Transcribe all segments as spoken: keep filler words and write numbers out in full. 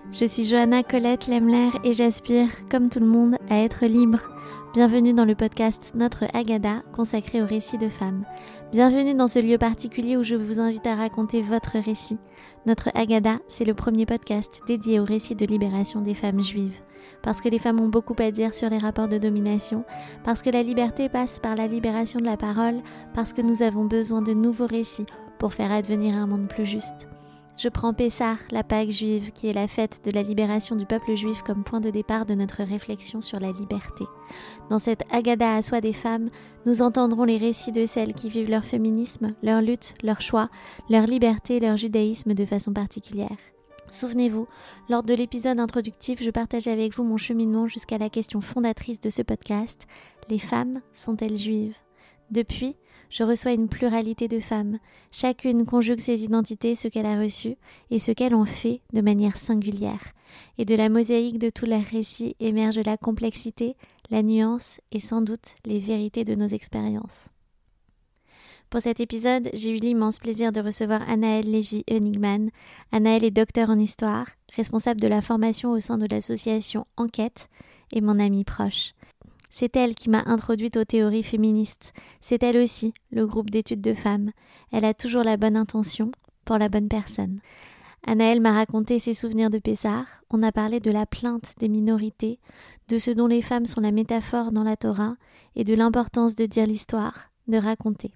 Je suis Johanna Colette Lemler et j'aspire, comme tout le monde, à être libre. Bienvenue dans le podcast Notre Haggadah, consacré aux récits de femmes. Bienvenue dans ce lieu particulier où je vous invite à raconter votre récit. Notre Haggadah, c'est le premier podcast dédié aux récits de libération des femmes juives. Parce que les femmes ont beaucoup à dire sur les rapports de domination, parce que la liberté passe par la libération de la parole, parce que nous avons besoin de nouveaux récits pour faire advenir un monde plus juste. Je prends Pessah, la Pâque juive, qui est la fête de la libération du peuple juif, comme point de départ de notre réflexion sur la liberté. Dans cette Haggadah à soi des femmes, nous entendrons les récits de celles qui vivent leur féminisme, leur lutte, leur choix, leur liberté, leur judaïsme de façon particulière. Souvenez-vous, lors de l'épisode introductif, je partageais avec vous mon cheminement jusqu'à la question fondatrice de ce podcast. Les femmes sont-elles juives ? Depuis, je reçois une pluralité de femmes. Chacune conjugue ses identités, ce qu'elle a reçu et ce qu'elle en fait de manière singulière. Et de la mosaïque de tous leurs récits émerge la complexité, la nuance et sans doute les vérités de nos expériences. Pour cet épisode, j'ai eu l'immense plaisir de recevoir Anaëlle Lévy-Honigman. Anaëlle est docteure en histoire, responsable de la formation au sein de l'association Enquête et mon amie proche. C'est elle qui m'a introduite aux théories féministes. C'est elle aussi, le groupe d'études de femmes. Elle a toujours la bonne intention pour la bonne personne. Anaëlle m'a raconté ses souvenirs de Pessah. On a parlé de la plainte des minorités, de ce dont les femmes sont la métaphore dans la Torah et de l'importance de dire l'histoire, de raconter.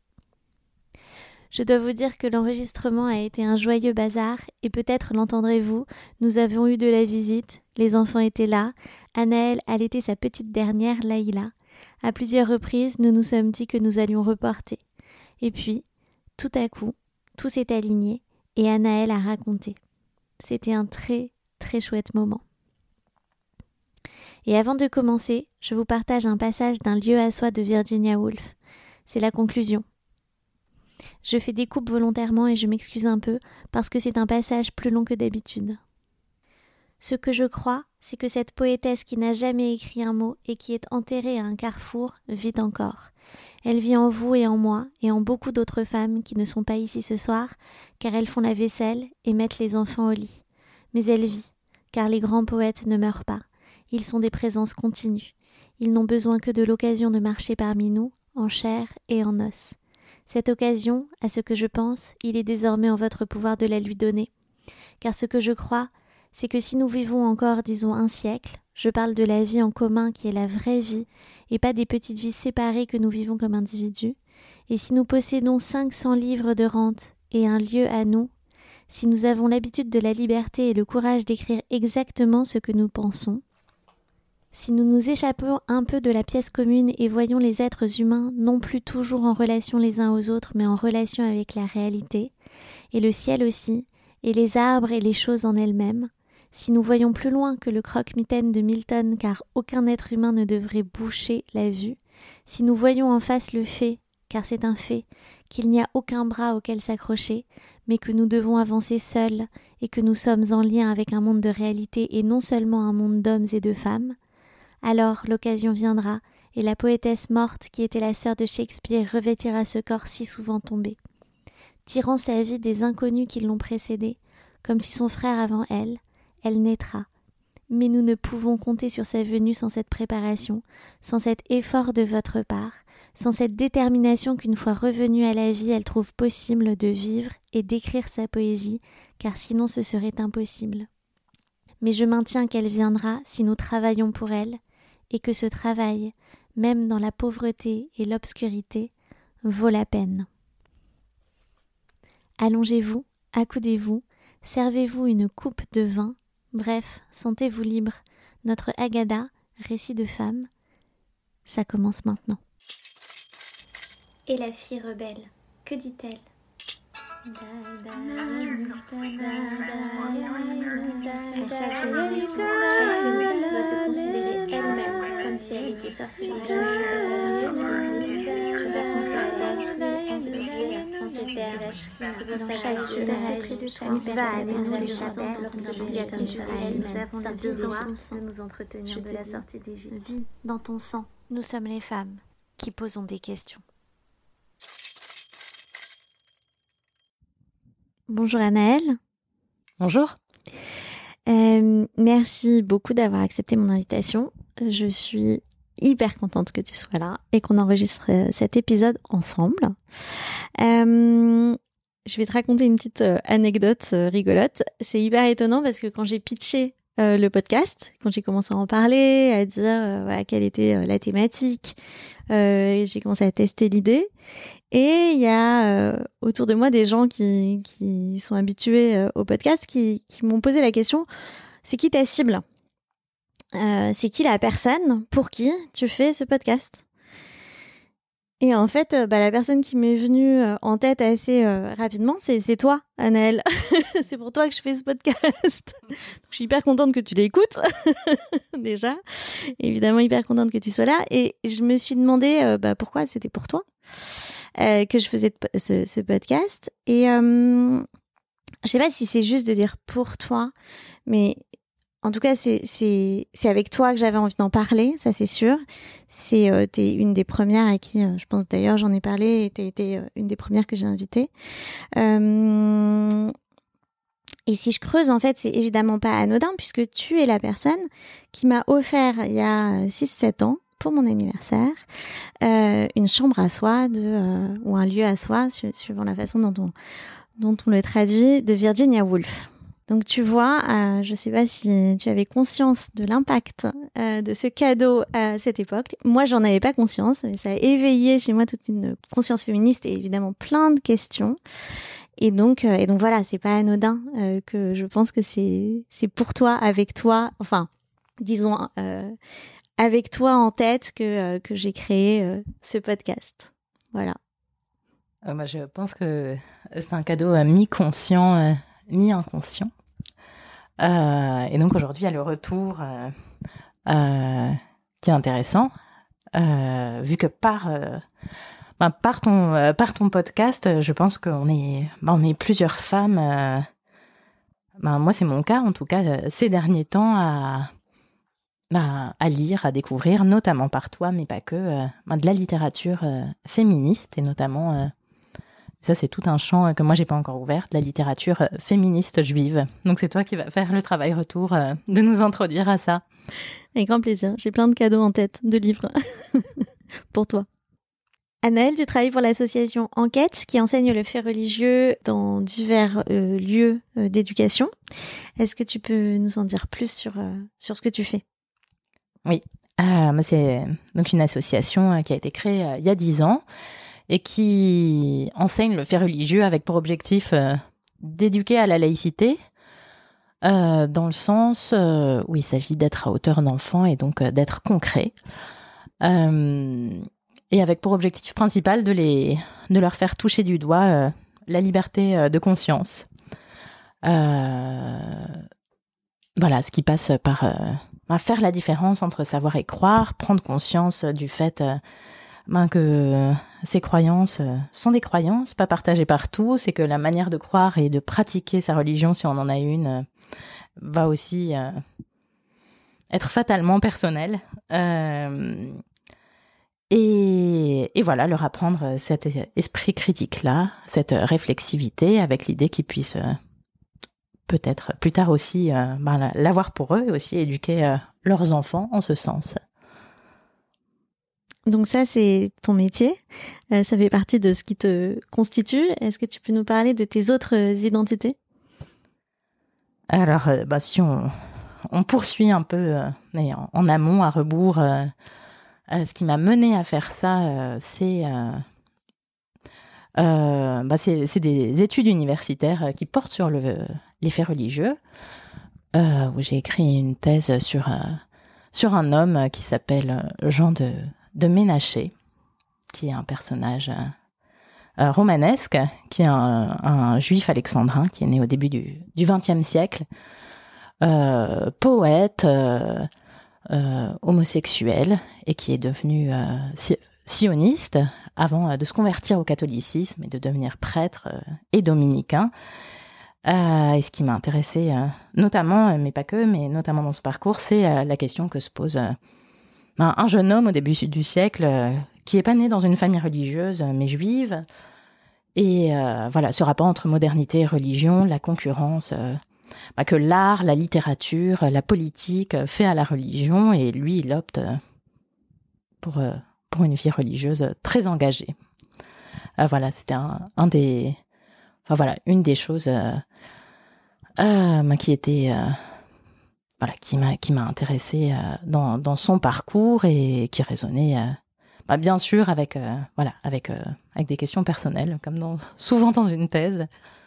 Je dois vous dire que l'enregistrement a été un joyeux bazar et peut-être l'entendrez-vous, nous avons eu de la visite, les enfants étaient là, Anaëlle allaitait sa petite dernière, Laïla. À plusieurs reprises, nous nous sommes dit que nous allions reporter. Et puis, tout à coup, tout s'est aligné et Anaëlle a raconté. C'était un très, très chouette moment. Et avant de commencer, je vous partage un passage d'un lieu à soi de Virginia Woolf. C'est la conclusion. Je fais des coupes volontairement et je m'excuse un peu parce que c'est un passage plus long que d'habitude. Ce que je crois, c'est que cette poétesse qui n'a jamais écrit un mot et qui est enterrée à un carrefour vit encore. Elle vit en vous et en moi et en beaucoup d'autres femmes qui ne sont pas ici ce soir car elles font la vaisselle et mettent les enfants au lit. Mais elle vit, car les grands poètes ne meurent pas. Ils sont des présences continues. Ils n'ont besoin que de l'occasion de marcher parmi nous, en chair et en os. Cette occasion, à ce que je pense, il est désormais en votre pouvoir de la lui donner. Car ce que je crois, c'est que si nous vivons encore, disons, un siècle, je parle de la vie en commun qui est la vraie vie, et pas des petites vies séparées que nous vivons comme individus, et si nous possédons cinq cents livres de rente et un lieu à nous, si nous avons l'habitude de la liberté et le courage d'écrire exactement ce que nous pensons, si nous nous échappons un peu de la pièce commune et voyons les êtres humains non plus toujours en relation les uns aux autres, mais en relation avec la réalité, et le ciel aussi, et les arbres et les choses en elles-mêmes, si nous voyons plus loin que le croque-mitaine de Milton, car aucun être humain ne devrait boucher la vue, si nous voyons en face le fait, car c'est un fait, qu'il n'y a aucun bras auquel s'accrocher, mais que nous devons avancer seuls, et que nous sommes en lien avec un monde de réalité et non seulement un monde d'hommes et de femmes, alors l'occasion viendra, et la poétesse morte qui était la sœur de Shakespeare revêtira ce corps si souvent tombé. Tirant sa vie des inconnus qui l'ont précédée, comme fit son frère avant elle, elle naîtra. Mais nous ne pouvons compter sur sa venue sans cette préparation, sans cet effort de votre part, sans cette détermination qu'une fois revenue à la vie, elle trouve possible de vivre et d'écrire sa poésie, car sinon ce serait impossible. Mais je maintiens qu'elle viendra si nous travaillons pour elle, et que ce travail, même dans la pauvreté et l'obscurité, vaut la peine. Allongez-vous, accoudez-vous, servez-vous une coupe de vin, bref, sentez-vous libre. Notre Haggadah, récit de femme, ça commence maintenant. Et la fille rebelle, que dit-elle ? À chaque génération, chacune doit se considérer elle-même comme si elle était sortie d'un jeu. Je dois penser à ta fille, ensuite en ces terres. C'est pour ça que je de chaque va aller nous les chapelles lorsque nous avons le devoir de nous entretenir de la sortie d'Égypte. Vis dans ton sang. Nous sommes les femmes qui posons des questions. Bonjour Anaëlle. Bonjour. Euh, merci beaucoup d'avoir accepté mon invitation. Je suis hyper contente que tu sois là et qu'on enregistre cet épisode ensemble. Euh, je vais te raconter une petite euh, anecdote euh, rigolote. C'est hyper étonnant parce que quand j'ai pitché euh, le podcast, quand j'ai commencé à en parler, à dire euh, voilà, quelle était euh, la thématique, euh, et j'ai commencé à tester l'idée. Et il y a euh, autour de moi des gens qui, qui sont habitués euh, au podcast qui, qui m'ont posé la question, c'est qui ta cible ? euh, C'est qui la personne pour qui tu fais ce podcast ? Et en fait, euh, bah, la personne qui m'est venue euh, en tête assez euh, rapidement, c'est, c'est toi, Anaëlle. C'est pour toi que je fais ce podcast. Donc, je suis hyper contente que tu l'écoutes, déjà. Évidemment, hyper contente que tu sois là. Et je me suis demandé euh, bah, pourquoi c'était pour toi euh, que je faisais ce, ce podcast. Et euh, je sais pas si c'est juste de dire pour toi, mais en tout cas, c'est, c'est, c'est avec toi que j'avais envie d'en parler, ça c'est sûr. C'est, euh, t'es une des premières à qui, euh, je pense d'ailleurs, j'en ai parlé, et t'as été euh, une des premières que j'ai invitées. Euh, et si je creuse, en fait, c'est évidemment pas anodin, puisque tu es la personne qui m'a offert, il y a six sept ans, pour mon anniversaire, euh, une chambre à soi, de, euh, ou un lieu à soi, su- suivant la façon dont on, dont on le traduit, de Virginia Woolf. Donc tu vois, euh, je sais pas si tu avais conscience de l'impact euh, de ce cadeau à cette époque. Moi, j'en avais pas conscience, mais ça a éveillé chez moi toute une conscience féministe et évidemment plein de questions. Et donc, euh, et donc voilà, c'est pas anodin euh, que je pense que c'est c'est pour toi, avec toi, enfin, disons euh, avec toi en tête que euh, que j'ai créé euh, ce podcast. Voilà. Euh, moi, je pense que c'est un cadeau euh, mi-conscient, euh, mi-inconscient. Euh, et donc aujourd'hui, il y a le retour euh, euh, qui est intéressant, euh, vu que par, euh, ben, par, ton, euh, par ton podcast, je pense qu'on est, ben, on est plusieurs femmes. Euh, ben, moi, c'est mon cas, en tout cas, euh, ces derniers temps, à, ben, à lire, à découvrir, notamment par toi, mais pas que, euh, ben, de la littérature euh, féministe, et notamment... Euh, Ça, c'est tout un champ que moi, j'ai pas encore ouvert, de la littérature féministe juive. Donc, c'est toi qui vas faire le travail retour euh, de nous introduire à ça. Avec grand plaisir. J'ai plein de cadeaux en tête, de livres pour toi. Anaëlle, tu travailles pour l'association Enquête, qui enseigne le fait religieux dans divers euh, lieux euh, d'éducation. Est-ce que tu peux nous en dire plus sur, euh, sur ce que tu fais ? Oui, euh, c'est donc une association qui a été créée euh, il y a dix ans, et qui enseigne le fait religieux avec pour objectif euh, d'éduquer à la laïcité, euh, dans le sens euh, où il s'agit d'être à hauteur d'enfant et donc euh, d'être concret, euh, et avec pour objectif principal de, les, de leur faire toucher du doigt euh, la liberté euh, de conscience. Euh, voilà, ce qui passe par euh, faire la différence entre savoir et croire, prendre conscience du fait... Euh, Ben que euh, ces croyances euh, sont des croyances, pas partagées partout. C'est que la manière de croire et de pratiquer sa religion, si on en a une, euh, va aussi euh, être fatalement personnelle. Euh, et, et voilà, leur apprendre cet esprit critique-là, cette réflexivité, avec l'idée qu'ils puissent euh, peut-être plus tard aussi euh, ben, l'avoir pour eux et aussi éduquer euh, leurs enfants en ce sens. Donc ça, c'est ton métier. Euh, ça fait partie de ce qui te constitue. Est-ce que tu peux nous parler de tes autres identités ? Alors, euh, bah, si on, on poursuit un peu euh, mais en, en amont, à rebours, euh, euh, ce qui m'a mené à faire ça, euh, c'est, euh, euh, bah, c'est, c'est des études universitaires qui portent sur le, les faits religieux, euh, où j'ai écrit une thèse sur, euh, sur un homme qui s'appelle Jean de... de Ménaché, qui est un personnage euh, romanesque, qui est un, un juif alexandrin, qui est né au début du, du vingtième siècle, euh, poète, euh, euh, homosexuel, et qui est devenu euh, si, sioniste avant euh, de se convertir au catholicisme et de devenir prêtre euh, et dominicain. Euh, et ce qui m'a intéressé, euh, notamment, mais pas que, mais notamment dans ce parcours, c'est euh, la question que se pose... Euh, Un jeune homme au début du siècle euh, qui n'est pas né dans une famille religieuse mais juive, et euh, voilà, ce rapport entre modernité et religion, la concurrence euh, bah, que l'art, la littérature, la politique fait à la religion, et lui, il opte pour, euh, pour une vie religieuse très engagée. Euh, voilà, c'était un, un des, enfin voilà, une des choses euh, euh, qui était, euh, voilà, qui m'a, qui m'a intéressée euh, dans, dans son parcours et qui résonnait, euh, bah, bien sûr, avec, euh, voilà, avec, euh, avec des questions personnelles, comme dans, souvent dans une thèse.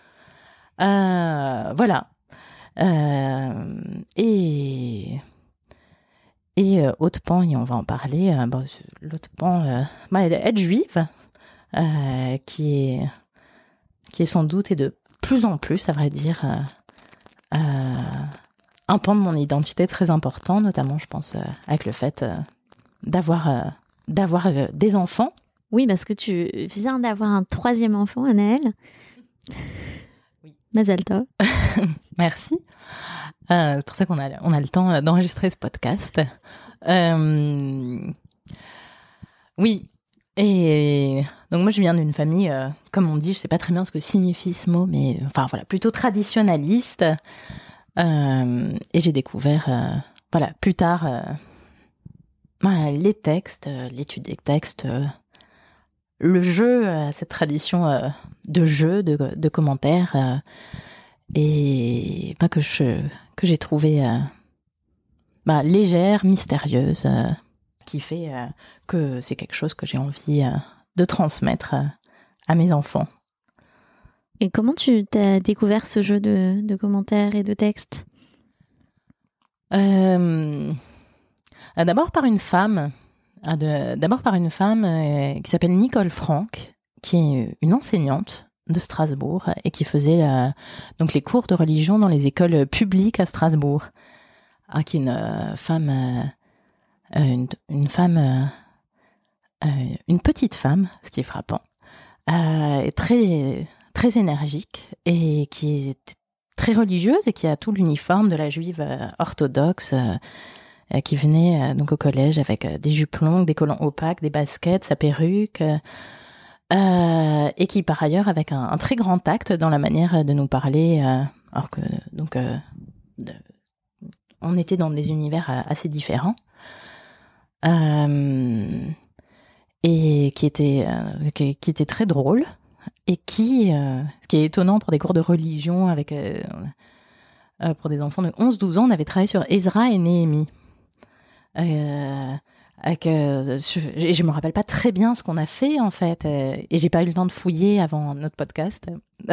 Euh, voilà. Euh, et et euh, autre pan, et on va en parler. Euh, bon, l'autre pan, euh, bah, être juive, euh, qui est qui est sans doute et de plus en plus, à vrai dire, euh, euh, un pan de mon identité très important, notamment, je pense, euh, avec le fait euh, d'avoir euh, d'avoir euh, des enfants. Oui, parce que tu viens d'avoir un troisième enfant, Anaëlle. Oui. Mazal tov. Merci. Euh, c'est pour ça qu'on a, on a le temps d'enregistrer ce podcast. Euh, oui. Et donc moi je viens d'une famille, euh, comme on dit, je sais pas très bien ce que signifie ce mot, mais enfin voilà, plutôt traditionnaliste. Euh, et j'ai découvert, euh, voilà, plus tard, euh, bah, les textes, euh, l'étude des textes, euh, le jeu, euh, cette tradition euh, de jeu, de, de commentaires, euh, et bah, que je que j'ai trouvé euh, bah, légère, mystérieuse, euh, qui fait euh, que c'est quelque chose que j'ai envie euh, de transmettre euh, à mes enfants. Et comment tu t'as découvert ce jeu de, de commentaires et de textes ? euh, D'abord par une femme, de, d'abord par une femme euh, qui s'appelle Nicole Franck, qui est une enseignante de Strasbourg et qui faisait euh, donc les cours de religion dans les écoles publiques à Strasbourg. Ah, qui est une euh, femme, euh, une, une femme, euh, euh, une petite femme, ce qui est frappant, euh, très très énergique et qui est très religieuse et qui a tout l'uniforme de la juive euh, orthodoxe, euh, qui venait euh, donc au collège avec euh, des jupes longues, des collants opaques, des baskets, sa perruque, euh, euh, et qui par ailleurs avec un, un très grand tact dans la manière de nous parler, euh, alors que donc euh, de, on était dans des univers assez différents, euh, et qui était, euh, qui, qui était très drôle, et qui, euh, ce qui est étonnant pour des cours de religion, avec, euh, euh, pour des enfants de onze douze ans, on avait travaillé sur Ezra et Néhémie. Euh, avec, euh, je, et je me rappelle pas très bien ce qu'on a fait, en fait, euh, et j'ai pas eu le temps de fouiller avant notre podcast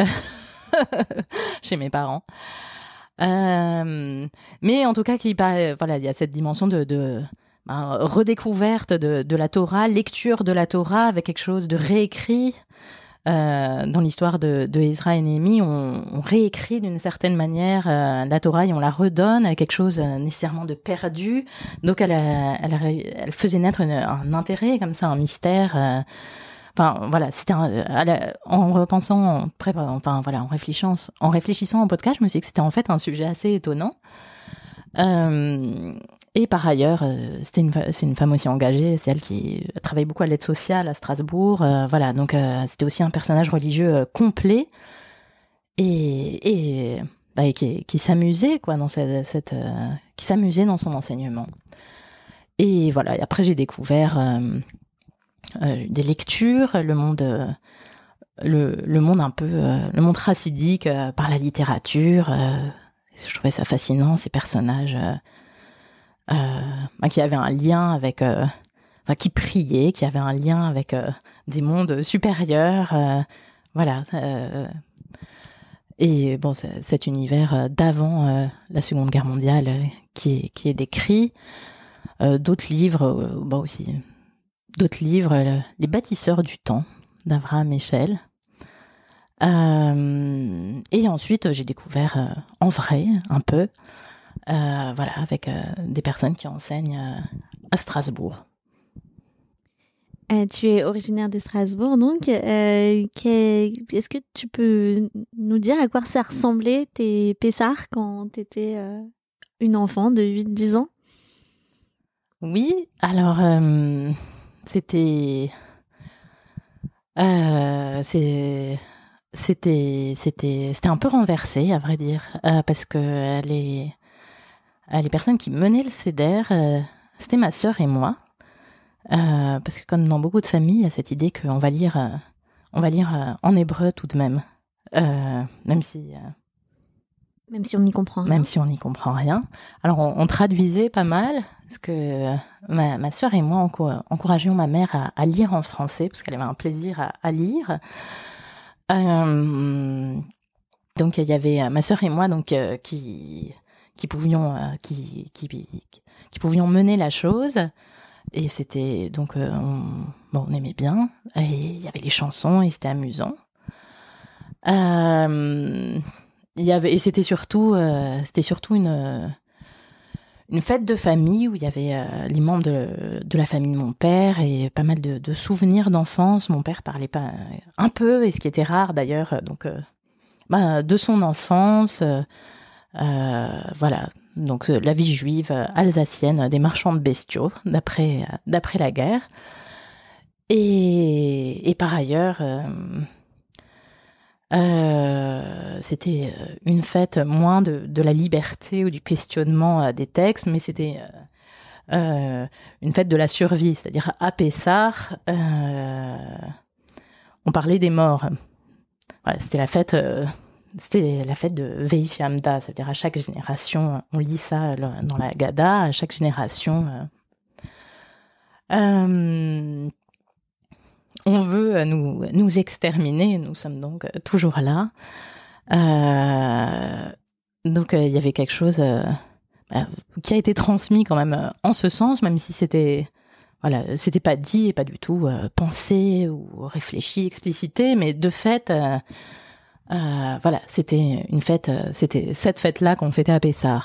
chez mes parents. Euh, mais en tout cas, qui paraît, voilà, il y a cette dimension de, de ben, redécouverte de, de la Torah, lecture de la Torah avec quelque chose de réécrit. Euh, dans l'histoire de, de Ezra et Néhémie, on, on réécrit d'une certaine manière euh, la Torah et on la redonne avec quelque chose euh, nécessairement de perdu. Donc elle, a, elle, a, elle faisait naître une, un intérêt comme ça, un mystère. Euh, Enfin voilà, c'était un, la, en repensant, enfin voilà, en réfléchissant, en réfléchissant au podcast, je me suis dit que c'était en fait un sujet assez étonnant. Euh, et par ailleurs, euh, c'était une, c'est une femme aussi engagée, c'est elle qui travaille beaucoup à l'aide sociale à Strasbourg. Euh, voilà, donc euh, c'était aussi un personnage religieux euh, complet et, et, bah, et qui, qui s'amusait quoi dans cette, cette euh, qui s'amusait dans son enseignement. Et voilà, et après j'ai découvert euh, Euh, des lectures, le monde, euh, le, le monde un peu, euh, le monde racidique euh, par la littérature. Euh, je trouvais ça fascinant, ces personnages euh, euh, qui avaient un lien avec, euh, enfin, qui priaient, qui avaient un lien avec euh, des mondes supérieurs. Euh, voilà. Euh, et bon, cet univers d'avant euh, la Seconde Guerre mondiale euh, qui est, qui est décrit. Euh, d'autres livres, euh, bon aussi. D'autres livres, le, Les bâtisseurs du temps, d'Avraham Eshel. Euh, et ensuite, j'ai découvert euh, en vrai, un peu, euh, voilà, avec euh, des personnes qui enseignent euh, à Strasbourg. Euh, tu es originaire de Strasbourg, donc. Euh, est-ce que tu peux nous dire à quoi ça ressemblait tes Pessars quand tu étais euh, une enfant de huit dix ans ? Oui, alors... Euh, C'était, euh, c'est, c'était, c'était, c'était un peu renversé, à vrai dire, euh, parce que les, les personnes qui menaient le Seder, euh, c'était ma sœur et moi. Euh, parce que comme dans beaucoup de familles, il y a cette idée qu'on va lire, euh, on va lire euh, en hébreu tout de même, euh, même si, euh, même si on n'y comprend rien. Même si on n'y comprend rien. Alors on, on traduisait pas mal, parce que euh, ma, ma sœur et moi enco- encourageons ma mère à, à lire en français, parce qu'elle avait un plaisir à, à lire. Euh, donc il y avait ma sœur et moi donc euh, qui qui pouvions euh, qui, qui qui pouvions mener la chose. Et c'était donc euh, on, bon, on aimait bien, et il y avait les chansons et c'était amusant. Euh, il y avait et c'était surtout euh, c'était surtout une une fête de famille où il y avait euh, les membres de, de la famille de mon père et pas mal de, de souvenirs d'enfance. Mon père parlait pas euh, un peu, et ce qui était rare d'ailleurs, donc euh, bah, de son enfance, euh, euh, voilà. Donc euh, la vie juive euh, alsacienne des marchands de bestiaux d'après euh, d'après la guerre. Et, et par ailleurs, euh, euh, c'était une fête moins de, de la liberté ou du questionnement euh, des textes, mais c'était euh, euh, une fête de la survie. C'est-à-dire à Pessah, euh, on parlait des morts. Voilà, c'était la fête. Euh, C'était la fête de Veishi Hamda, c'est-à-dire à chaque génération, on lit ça dans la Haggadah, à chaque génération, euh, euh, on veut nous, nous exterminer, nous sommes donc toujours là. Euh, donc il euh, y avait quelque chose euh, qui a été transmis quand même euh, en ce sens, même si c'était, voilà, c'était pas dit et pas du tout euh, pensé ou réfléchi, explicité, mais de fait... Euh, Euh, voilà, c'était une fête, euh, c'était cette fête-là qu'on fêtait à Pessah.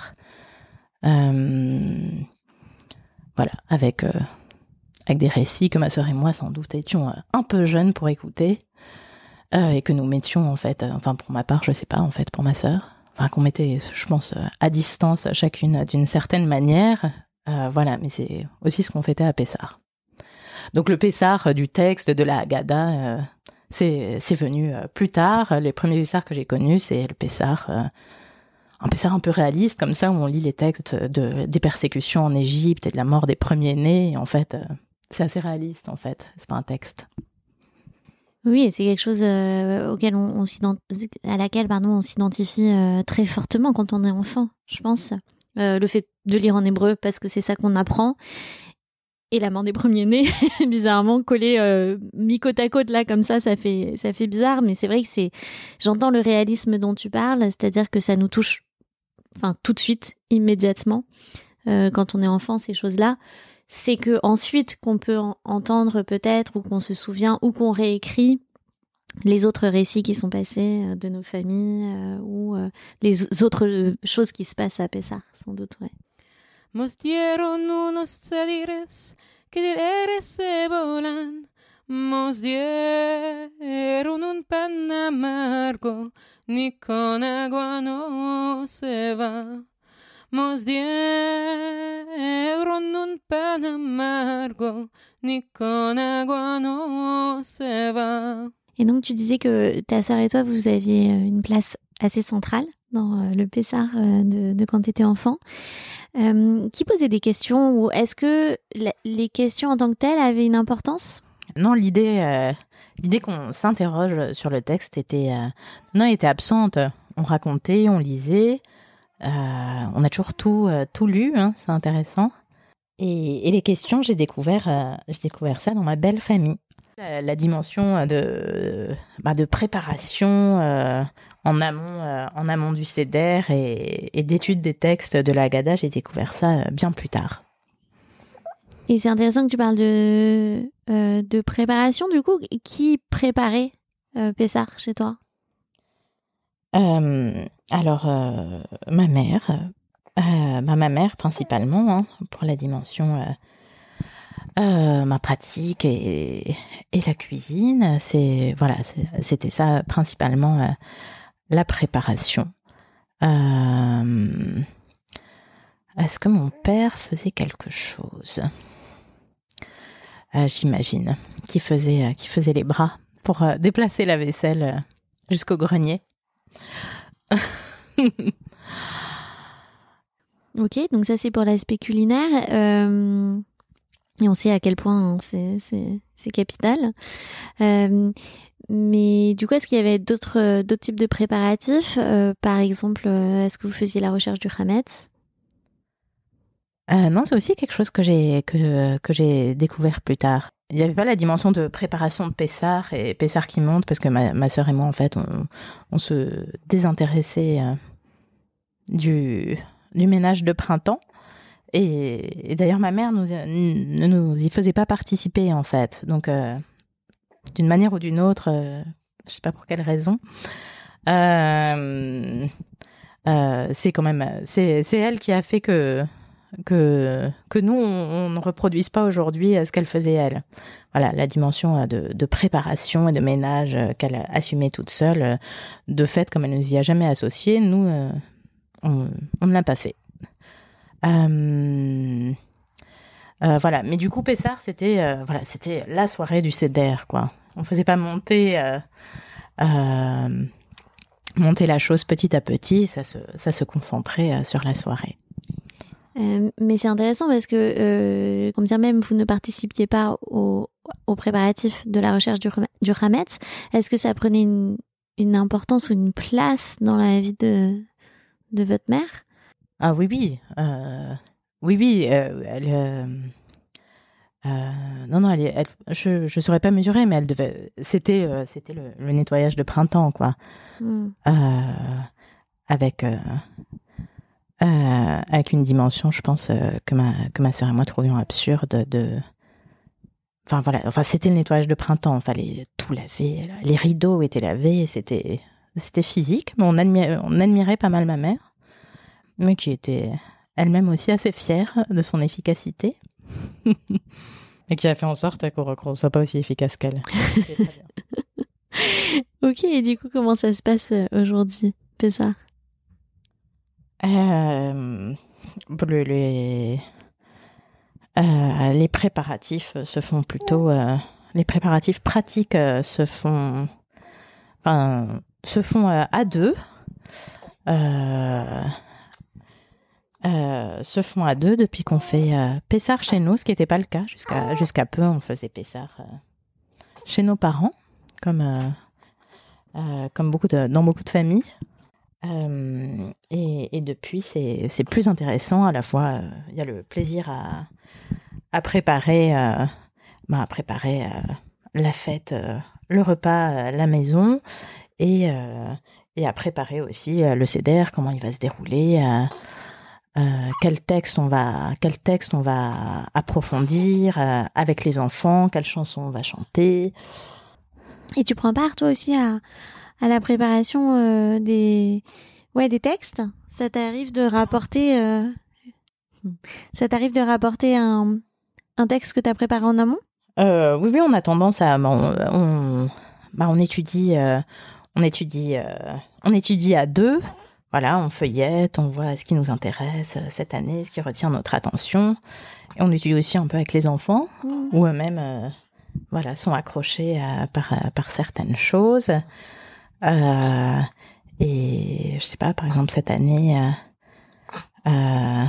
Euh, voilà, avec, euh, avec des récits que ma sœur et moi, sans doute, étions euh, un peu jeunes pour écouter, euh, et que nous mettions, en fait, euh, enfin, pour ma part, je sais pas, en fait, pour ma sœur, enfin, qu'on mettait, je pense, euh, à distance chacune d'une certaine manière. Euh, voilà, mais c'est aussi ce qu'on fêtait à Pessah. Donc, le Pessah euh, du texte de la Haggadah, euh, C'est, c'est venu euh, plus tard. Les premiers Pessahs que j'ai connus, c'est le Pessah, euh, un Pessah un peu réaliste, comme ça, où on lit les textes de, des persécutions en Égypte et de la mort des premiers-nés. En fait, euh, c'est assez réaliste, en fait. C'est pas un texte. Oui, et c'est quelque chose euh, auquel on, on s'identifie, à laquelle pardon, on s'identifie euh, très fortement quand on est enfant, je pense. Euh, le fait de lire en hébreu, parce que c'est ça qu'on apprend. Et la mort des premiers-nés, bizarrement, collé euh, mis côte à côte, là, comme ça, ça fait, ça fait bizarre. Mais c'est vrai que c'est... J'entends le réalisme dont tu parles, c'est-à-dire que ça nous touche, enfin, tout de suite, immédiatement, euh, quand on est enfant, ces choses-là. C'est que ensuite qu'on peut en- entendre peut-être, ou qu'on se souvient, ou qu'on réécrit les autres récits qui sont passés euh, de nos familles, euh, ou euh, les autres choses qui se passent à Pessah, sans doute, ouais. Mos dieron unos cedires que del aire se volan, mos dieron un pan amargo, ni con agua no se va. Mos dieron un pan amargo, ni con agua no se va. Et donc tu disais que ta sœur et toi, vous aviez une place assez centrale dans le Pessah de, de quand tu étais enfant. Euh, qui posait des questions, ou est-ce que la, les questions en tant que telles avaient une importance ? Non, l'idée, euh, l'idée qu'on s'interroge sur le texte était, euh, non, était absente. On racontait, on lisait, euh, on a toujours tout, euh, tout lu, hein, c'est intéressant. Et, et les questions, j'ai découvert, euh, j'ai découvert ça dans ma belle famille. La, la dimension de, bah, de préparation euh, en amont, euh, en amont du Seder et, et d'étude des textes de la Haggadah, j'ai découvert ça bien plus tard. Et c'est intéressant que tu parles de, euh, de préparation. Du coup, qui préparait euh, Pessah chez toi ? euh, Alors, euh, ma mère, euh, bah, ma mère principalement, hein, pour la dimension... Euh, Euh, ma pratique et, et la cuisine, c'est voilà, c'est, c'était ça principalement euh, la préparation. Euh, est-ce que mon père faisait quelque chose ? euh, J'imagine qu'il faisait, euh, qu'il faisait les bras pour euh, déplacer la vaisselle jusqu'au grenier. Ok, donc ça c'est pour l'aspect culinaire. Euh, et on sait à quel point hein, c'est, c'est, c'est capital. Euh, mais du coup, est-ce qu'il y avait d'autres, d'autres types de préparatifs euh, Par exemple, euh, est-ce que vous faisiez la recherche du Hametz euh, Non, c'est aussi quelque chose que j'ai, que, que j'ai découvert plus tard. Il n'y avait pas la dimension de préparation de Pessar et Pessar qui monte, parce que ma, ma sœur et moi, en fait, on, on se désintéressait euh, du, du ménage de printemps. Et, et d'ailleurs, ma mère nous, ne nous y faisait pas participer, en fait. Donc, euh, d'une manière ou d'une autre, euh, je ne sais pas pour quelle raison, euh, euh, c'est quand même, c'est, c'est elle qui a fait que que que nous on, on ne reproduise pas aujourd'hui ce qu'elle faisait elle. Voilà, la dimension de, de préparation et de ménage qu'elle a assumée toute seule, de fait, comme elle nous y a jamais associé, nous euh, on, on ne l'a pas fait. Euh, euh, voilà, mais du coup Pessar c'était euh, voilà, c'était la soirée du Seder, quoi. On faisait pas monter euh, euh, monter la chose petit à petit, ça se ça se concentrait euh, sur la soirée. Euh, mais c'est intéressant parce que, euh, quand bien même vous ne participiez pas au, au préparatif de la recherche du, du Hametz, est-ce que ça prenait une, une importance ou une place dans la vie de, de votre mère ? Ah oui, oui. Euh, oui, oui. Euh, elle, euh, euh, non, non, elle, elle, je ne saurais pas mesurer, mais elle devait. C'était, euh, c'était le, le nettoyage de printemps, quoi. Mm. Euh, avec. Euh, Euh, avec une dimension, je pense, euh, que ma que ma sœur et moi trouvions absurde de. Enfin voilà, enfin c'était le nettoyage de printemps, il fallait tout laver, les rideaux étaient lavés, c'était c'était physique, mais on admirait, on admirait pas mal ma mère, mais qui était elle-même aussi assez fière de son efficacité et qui a fait en sorte qu'on ne soit pas aussi efficace qu'elle. Ok, et du coup comment ça se passe aujourd'hui, Pessar ? Euh, le, les, euh, les préparatifs se font plutôt, euh, les préparatifs pratiques euh, se font, enfin, se font euh, à deux, euh, euh, se font à deux depuis qu'on fait euh, Pessar chez nous, ce qui n'était pas le cas jusqu'à jusqu'à peu. On faisait Pessar euh, chez nos parents, comme euh, euh, comme beaucoup de, dans beaucoup de familles. Euh, et, et depuis, c'est, c'est plus intéressant. À la fois, il euh, y a le plaisir à, à préparer, euh, bah, à préparer euh, la fête, euh, le repas à la maison, et, euh, et à préparer aussi euh, le Seder, comment il va se dérouler, euh, euh, quel texte on va, quel texte on va approfondir euh, avec les enfants, quelle chanson on va chanter. Et tu prends part toi aussi à à la préparation euh, des ouais des textes. Ça t'arrive de rapporter euh... ça t'arrive de rapporter un un texte que t'as préparé en amont ? euh, Oui, oui, on a tendance à on on, bah, on étudie euh, on étudie euh, on étudie à deux. Voilà, on feuillette, on voit ce qui nous intéresse cette année, ce qui retient notre attention. Et on étudie aussi un peu avec les enfants, mmh. où eux-mêmes euh, voilà sont accrochés à, par par certaines choses. Euh, et je sais pas, par exemple cette année, euh, euh,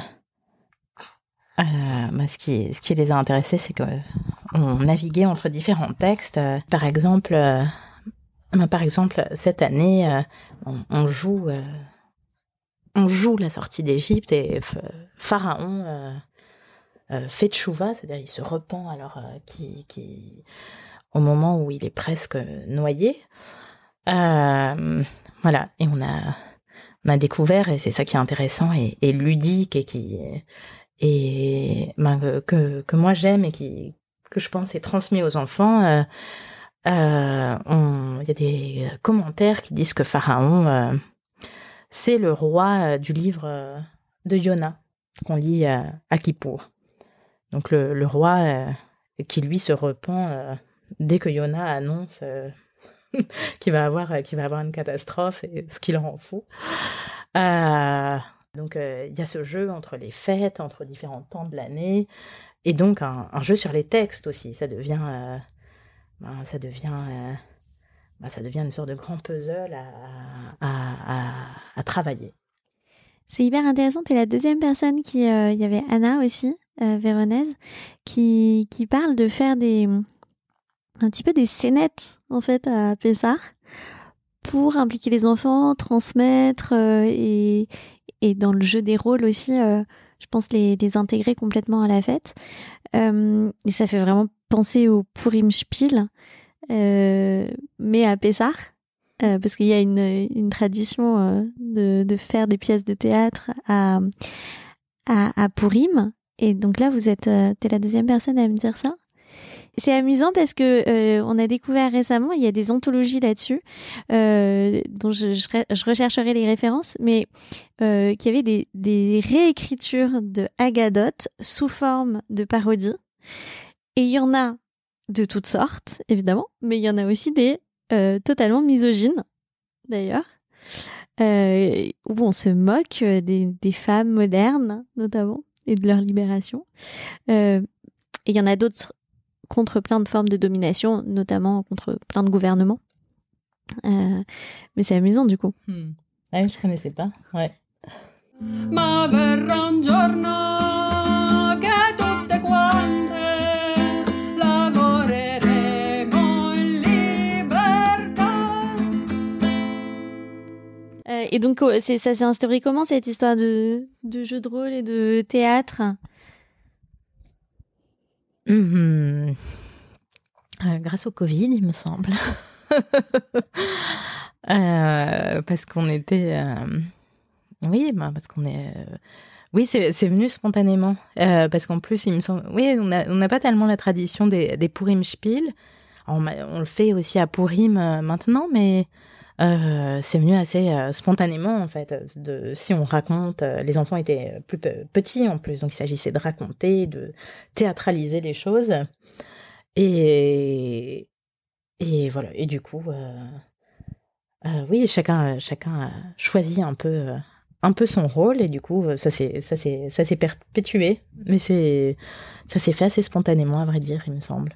euh, bah, ce qui ce qui les a intéressés, c'est que on naviguait entre différents textes. Euh, par exemple, euh, bah, par exemple cette année, euh, on, on joue euh, on joue la sortie d'Égypte et Pharaon euh, euh, fait tchouva, c'est-à-dire il se repent alors euh, qui qui au moment où il est presque noyé. Euh, voilà, et on a on a découvert, et c'est ça qui est intéressant et, et ludique et qui et ben, que que moi j'aime et qui que je pense est transmis aux enfants. Euh, euh, on il y a des commentaires qui disent que Pharaon euh, c'est le roi du livre euh, de Yona qu'on lit euh, à Kippour. Donc le le roi euh, qui lui se repent euh, dès que Yona annonce euh, qui va avoir qui va avoir une catastrophe et ce qui le rend fou. Euh, donc il euh, y a ce jeu entre les fêtes, entre différents temps de l'année, et donc un, un jeu sur les textes aussi. Ça devient, euh, ben, ça devient, euh, bah, ça devient une sorte de grand puzzle à, à, à, à travailler. C'est hyper intéressant. T'es la deuxième personne qui... Il euh, y avait Anna aussi, euh, véronaise, qui, qui parle de faire des... un petit peu des scénettes, en fait, à Pessard, pour impliquer les enfants, transmettre, euh, et, et dans le jeu des rôles aussi, euh, je pense les, les intégrer complètement à la fête. Euh, et ça fait vraiment penser au Purim Spiel, euh, mais à Pessard. Euh, parce qu'il y a une, une tradition euh, de, de faire des pièces de théâtre à, à, à Purim. Et donc là, vous êtes, euh, t'es la deuxième personne à me dire ça. C'est amusant parce que euh, on a découvert récemment, il y a des anthologies là-dessus, euh, dont je, je, je rechercherai les références, mais euh, qu'il y avait des, des réécritures de Agadoth sous forme de parodie. Et il y en a de toutes sortes, évidemment, mais il y en a aussi des Euh, totalement misogyne, d'ailleurs, euh, où on se moque des, des femmes modernes, notamment, et de leur libération. Euh, et il y en a d'autres contre plein de formes de domination, notamment contre plein de gouvernements. Euh, mais c'est amusant, du coup. Hmm. Ah oui, je connaissais pas. Ouais. Ma verrà un giorno che tutte quante Euh, et donc, c'est, ça s'est instauré comment, cette histoire de, de jeu de rôle et de théâtre ? Mmh. Euh, grâce au Covid, il me semble. euh, parce qu'on était... Euh... Oui, bah, parce qu'on est... Euh... Oui, c'est, c'est venu spontanément. Euh, parce qu'en plus, il me semble... Oui, on n'a on a pas tellement la tradition des, des Purim Spiel. On, on le fait aussi à Purim euh, maintenant, mais... Euh, c'est venu assez euh, spontanément en fait. De, si on raconte, euh, les enfants étaient plus pe- petits en plus, donc il s'agissait de raconter, de théâtraliser les choses. Et, et voilà. Et du coup, euh, euh, oui, chacun, chacun a choisi un peu, euh, un peu son rôle, et du coup, ça s'est, ça s'est, ça s'est perpétué. Mais c'est, ça s'est fait assez spontanément, à vrai dire, il me semble.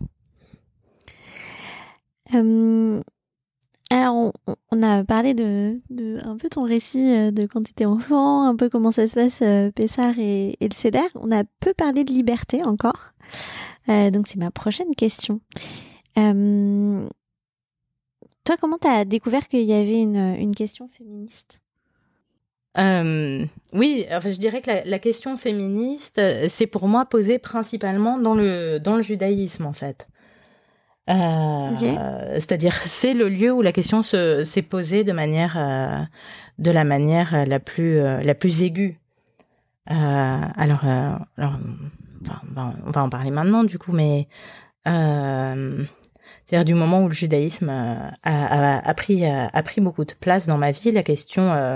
Euh... Alors, on, on a parlé de, de un peu ton récit de quand tu étais enfant, un peu comment ça se passe, euh, Pessard et, et le C E D E R. On a peu parlé de liberté encore. Euh, donc, c'est ma prochaine question. Euh, toi, comment tu as découvert qu'il y avait une, une question féministe ? Euh, oui, enfin, je dirais que la, la question féministe, c'est pour moi posée principalement dans le, dans le judaïsme, en fait. Euh, okay. C'est-à-dire, c'est le lieu où la question se, s'est posée de manière, euh, de la manière la plus, euh, la plus aiguë. Euh, alors, euh, alors enfin, on va, on va en parler maintenant, du coup, mais euh, c'est-à-dire du moment où le judaïsme a, a, a pris, a, a pris beaucoup de place dans ma vie, la question, euh,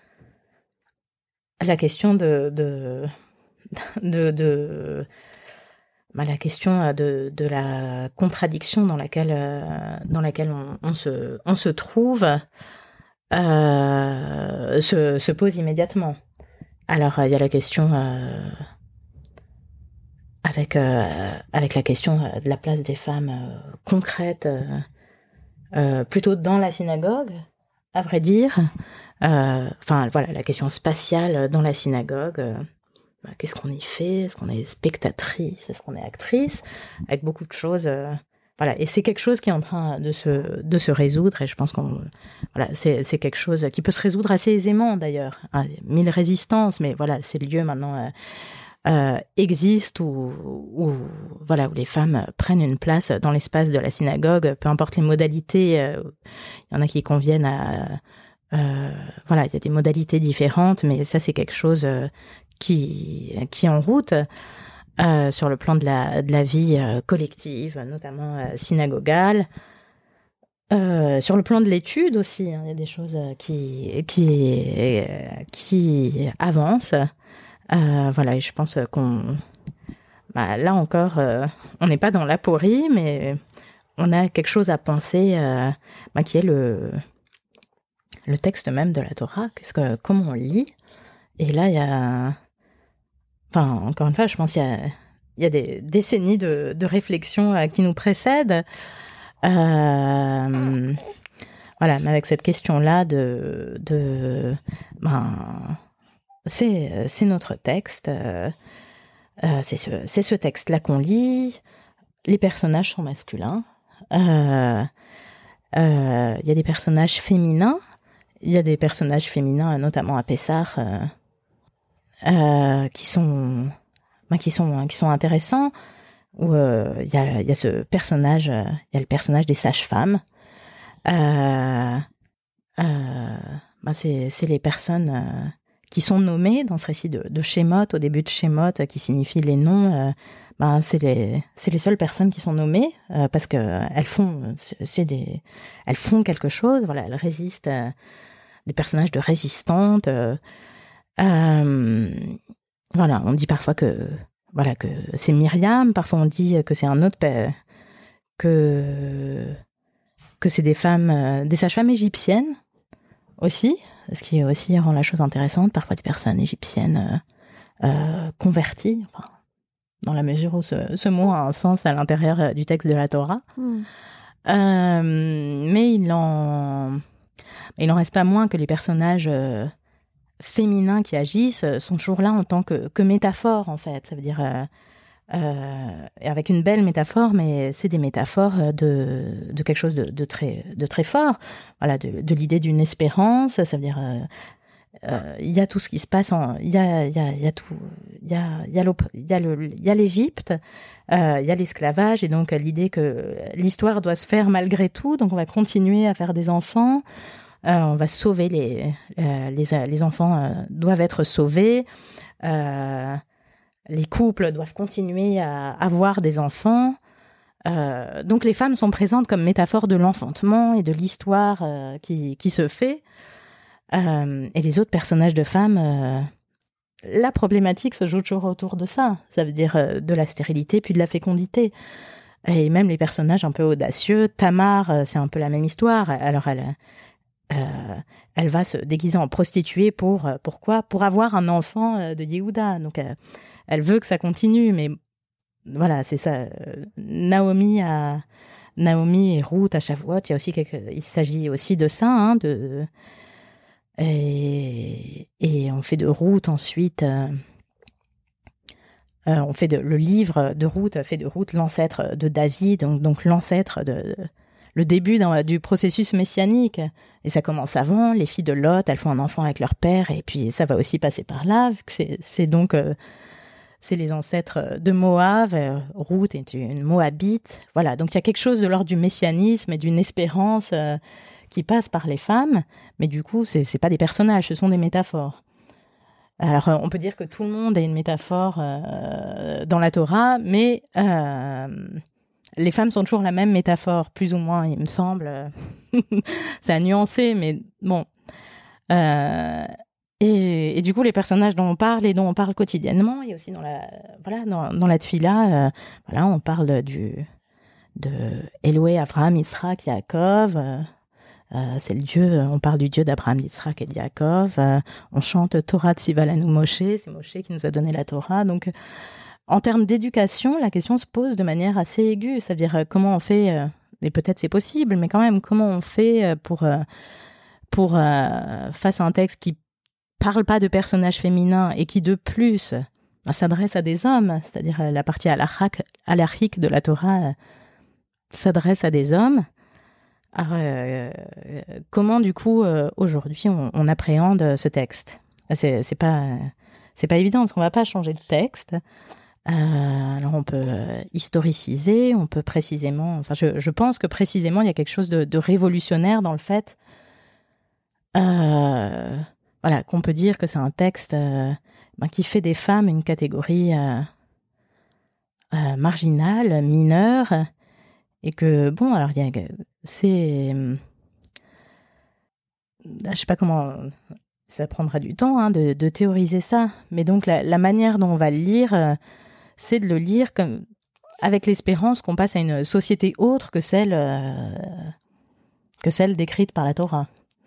la question de, de, de, de Bah, la question de, de la contradiction dans laquelle, euh, dans laquelle on, on, se, on se trouve euh, se, se pose immédiatement. Alors, il euh, y a la question euh, avec, euh, avec la question de la place des femmes euh, concrètes, euh, euh, plutôt dans la synagogue, à vrai dire. Enfin, euh, voilà, la question spatiale dans la synagogue. Euh, Qu'est-ce qu'on y fait ? Est-ce qu'on est spectatrice ? Est-ce qu'on est actrice ? Avec beaucoup de choses. Euh, voilà. Et c'est quelque chose qui est en train de se, de se résoudre. Et je pense qu'on, voilà, c'est, c'est quelque chose qui peut se résoudre assez aisément, d'ailleurs. Hein, mille résistances, mais voilà, ces lieux maintenant euh, euh, existent où, où, voilà, où les femmes prennent une place dans l'espace de la synagogue, peu importe les modalités. Euh, il y en a qui conviennent à... Euh, voilà, il y a des modalités différentes, mais ça, c'est quelque chose... Euh, qui qui est en route euh, sur le plan de la de la vie euh, collective, notamment euh, synagogale, euh, sur le plan de l'étude aussi. Hein, il y a des choses qui qui qui avancent. Euh, voilà, et je pense qu'on bah, là encore, euh, on n'est pas dans l'aporie, mais on a quelque chose à penser, euh, bah, qui est le le texte même de la Torah. Qu'est-ce que comment on lit ? Et là, il y a Enfin, encore une fois, je pense qu'il y a, il y a des décennies de, de réflexion euh, qui nous précèdent. Euh, voilà, mais avec cette question-là de, de, ben, c'est, c'est notre texte, euh, euh, c'est ce, c'est ce texte-là qu'on lit. Les personnages sont masculins. Euh, euh, y a des personnages féminins. Il y a des personnages féminins, notamment à Pessard, euh, euh, qui sont, ben, qui sont, qui sont intéressants. Où il euh, y a, y a ce personnage, il euh, y a le personnage des sages-femmes. Euh, euh, ben c'est, c'est les personnes euh, qui sont nommées dans ce récit de, de Shemot, au début de Shemot, euh, qui signifie les noms. Euh, ben c'est les, c'est les seules personnes qui sont nommées euh, parce que euh, elles font, c'est des, elles font quelque chose. Voilà, elles résistent. Euh, des personnages de résistantes. Euh, euh, voilà, on dit parfois que voilà que c'est Myriam. Parfois on dit que c'est un autre père, que que c'est des femmes, euh, des sages-femmes égyptiennes aussi, ce qui aussi rend la chose intéressante. Parfois des personnes égyptiennes euh, euh, converties, enfin, dans la mesure où ce, ce mot a un sens à l'intérieur du texte de la Torah. Mm. Euh, mais il en il n'en reste pas moins que les personnages euh, féminins qui agissent sont toujours là en tant que, que métaphore, en fait. Ça veut dire, euh, euh, avec une belle métaphore, mais c'est des métaphores de, de quelque chose de, de, très, de très fort. Voilà, de, de l'idée d'une espérance, ça veut dire... Euh, euh, il y a tout ce qui se passe, en, il y a, il y a, il y a tout, il y a, il y a, il y a le, il y a l'Égypte, euh, il y a l'esclavage, et donc l'idée que l'histoire doit se faire malgré tout, donc on va continuer à faire des enfants. Euh, on va sauver les euh, les les enfants euh, doivent être sauvés. Euh, les couples doivent continuer à avoir des enfants. Euh, donc les femmes sont présentes comme métaphore de l'enfantement et de l'histoire euh, qui qui se fait. Euh, et les autres personnages de femmes, euh, la problématique se joue toujours autour de ça. Ça veut dire euh, de la stérilité puis de la fécondité. Et même les personnages un peu audacieux, Tamar, euh, c'est un peu la même histoire. Alors elle Euh, elle va se déguiser en prostituée pour euh, pourquoi pour avoir un enfant euh, de Yehuda. Donc euh, elle veut que ça continue, mais voilà, c'est ça. Euh, Naomi à Naomi et Ruth à Shavuot, il y a aussi quelque, il s'agit aussi de ça, hein, de et, et on fait de Ruth ensuite. Euh, euh, on fait de le livre de Ruth fait de Ruth l'ancêtre de David, donc donc l'ancêtre de le début d'un, du processus messianique. Et ça commence avant, les filles de Lot, elles font un enfant avec leur père, et puis ça va aussi passer par là, vu que c'est, c'est donc, euh, c'est les ancêtres de Moab, euh, Ruth est une Moabite, voilà. Donc il y a quelque chose de l'ordre du messianisme et d'une espérance euh, qui passe par les femmes, mais du coup, c'est, c'est pas des personnages, ce sont des métaphores. Alors, on peut dire que tout le monde est une métaphore euh, dans la Torah, mais... Euh, les femmes sont toujours la même métaphore, plus ou moins, il me semble. C'est à nuancer, mais bon. Euh, et, et du coup, les personnages dont on parle et dont on parle quotidiennement, et aussi dans la, voilà, dans, dans la Tfila, euh, voilà, on parle du, de Elohé, Abraham, Yitzhak, Yaakov. Euh, euh, c'est le Dieu, on parle du Dieu d'Abraham, Yitzhak et de Yaakov. Euh, on chante Torah Tzivalanu Moshe, c'est Moshe qui nous a donné la Torah, donc... En termes d'éducation, la question se pose de manière assez aiguë, c'est-à-dire euh, comment on fait, euh, et peut-être c'est possible, mais quand même, comment on fait euh, pour, euh, pour euh, face à un texte qui parle pas de personnages féminins et qui, de plus, euh, s'adresse à des hommes, c'est-à-dire euh, la partie halakhique de la Torah euh, s'adresse à des hommes. Alors, euh, euh, comment, du coup, euh, aujourd'hui, on, on appréhende ce texte ? C'est, c'est pas, c'est pas évident, parce qu'on va pas changer de texte. Euh, alors on peut euh, historiciser, on peut précisément, enfin je, je pense que précisément il y a quelque chose de, de révolutionnaire dans le fait, euh, voilà, qu'on peut dire que c'est un texte euh, ben, qui fait des femmes une catégorie euh, euh, marginale, mineure, et que bon, alors il y a, c'est, je sais pas comment, ça prendra du temps hein, de, de théoriser ça, mais donc la, la manière dont on va le lire. Euh, c'est de le lire comme, avec l'espérance qu'on passe à une société autre que celle, euh, que celle décrite par la Torah.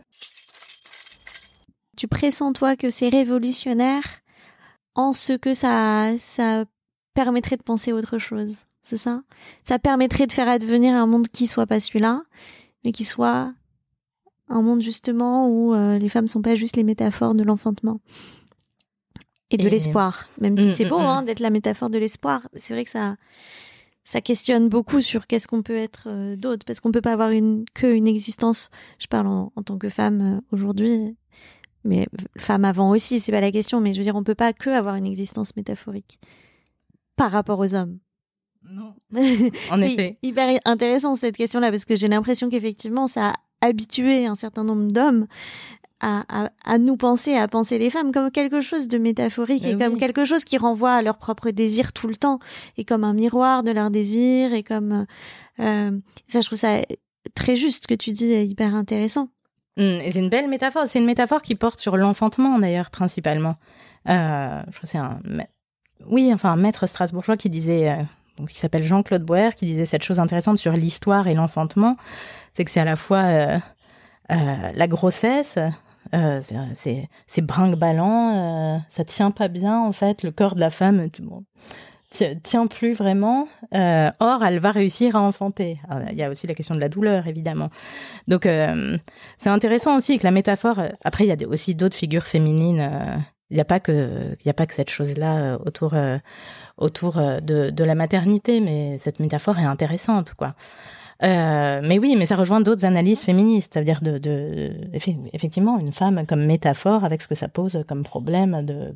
Tu pressens, toi, que c'est révolutionnaire en ce que ça, ça permettrait de penser autre chose, c'est ça ? Ça permettrait de faire advenir un monde qui soit pas celui-là, mais qui soit un monde justement où euh, les femmes sont pas juste les métaphores de l'enfantement et de et... l'espoir, même si mmh, c'est beau mmh, hein, d'être la métaphore de l'espoir. C'est vrai que ça, ça questionne beaucoup sur qu'est-ce qu'on peut être euh, d'autre, parce qu'on peut pas avoir une que une existence. Je parle en, en tant que femme euh, aujourd'hui, mais femme avant aussi, c'est pas la question. Mais je veux dire, on peut pas que avoir une existence métaphorique par rapport aux hommes. Non. En c'est effet. Hyper intéressant cette question-là, parce que j'ai l'impression qu'effectivement, ça a habitué un certain nombre d'hommes à, à, à nous penser, à penser les femmes comme quelque chose de métaphorique, mais et oui. comme quelque chose qui renvoie à leur propre désir tout le temps, et comme un miroir de leur désir, et comme euh, ça, je trouve ça très juste ce que tu dis, hyper intéressant. Mmh, et c'est une belle métaphore. C'est une métaphore qui porte sur l'enfantement d'ailleurs principalement. Euh, je crois que c'est un, oui, enfin un maître strasbourgeois qui disait. Euh... Donc, qui s'appelle Jean-Claude Boer, qui disait cette chose intéressante sur l'histoire et l'enfantement, c'est que c'est à la fois euh, euh, la grossesse, euh, c'est, c'est, c'est brinque-ballant, euh, ça tient pas bien en fait, le corps de la femme bon, tient, tient plus vraiment, euh, or elle va réussir à enfanter. Alors, il y a aussi la question de la douleur évidemment. Donc euh, c'est intéressant aussi que la métaphore, après il y a des, aussi d'autres figures féminines, euh, il n'y a pas que il y a pas que cette chose-là autour euh, autour de de la maternité, mais cette métaphore est intéressante quoi. Euh, mais oui, mais ça rejoint d'autres analyses féministes, c'est-à-dire de, de effectivement une femme comme métaphore avec ce que ça pose comme problème de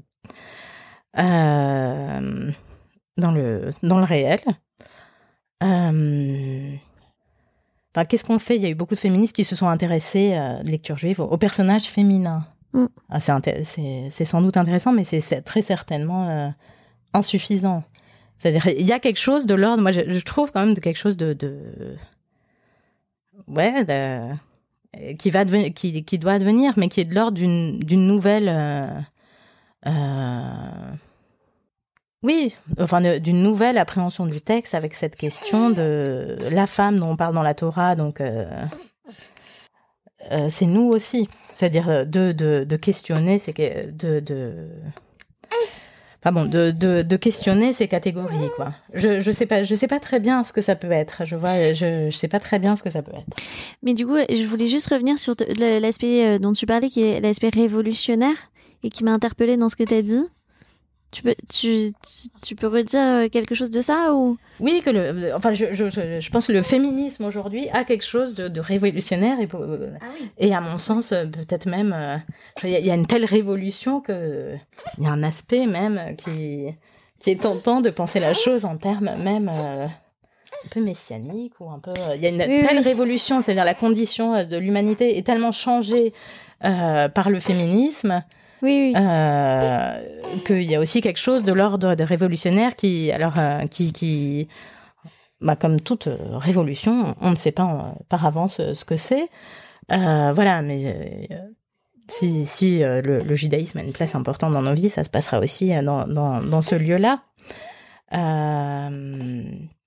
euh, dans le dans le réel. Euh, enfin, qu'est-ce qu'on fait ? Il y a eu beaucoup de féministes qui se sont intéressés, euh, de lecture juive, aux personnages féminins. Mm. Ah, c'est, intér- c'est, c'est sans doute intéressant, mais c'est, c'est très certainement euh, insuffisant. C'est-à-dire, il y a quelque chose de l'ordre, moi je, je trouve quand même de quelque chose de... de ouais, de, qui, va devenir, qui, qui doit advenir, mais qui est de l'ordre d'une, d'une nouvelle... Euh, euh, oui, enfin de, d'une nouvelle appréhension du texte avec cette question de la femme dont on parle dans la Torah, donc... Euh, Euh, c'est nous aussi, c'est-à-dire de de de questionner ces de de enfin bon de de de questionner ces catégories quoi. Je je sais pas je sais pas très bien ce que ça peut être. Je vois je je sais pas très bien ce que ça peut être. Mais du coup, je voulais juste revenir sur l'aspect dont tu parlais, qui est l'aspect révolutionnaire et qui m'a interpellée dans ce que tu as dit. Tu peux, tu, tu, tu peux redire quelque chose de ça ou ? Oui, que le, enfin, je, je, je pense que le féminisme aujourd'hui a quelque chose de, de révolutionnaire et, euh, ah oui. Et à mon sens, peut-être même, euh, il y, y a une telle révolution que il y a un aspect même qui, qui est tentant de penser la chose en termes même euh, un peu messianiques ou un peu. Il y a une oui, telle oui. révolution, c'est-à-dire la condition de l'humanité est tellement changée euh, par le féminisme. Oui, oui. Euh, qu'il y a aussi quelque chose de l'ordre de révolutionnaire qui, alors, euh, qui, qui, bah, comme toute révolution, on ne sait pas en, par avance ce que c'est. Euh, voilà, mais euh, si, si euh, le, le judaïsme a une place importante dans nos vies, ça se passera aussi dans, dans, dans ce lieu-là. Euh,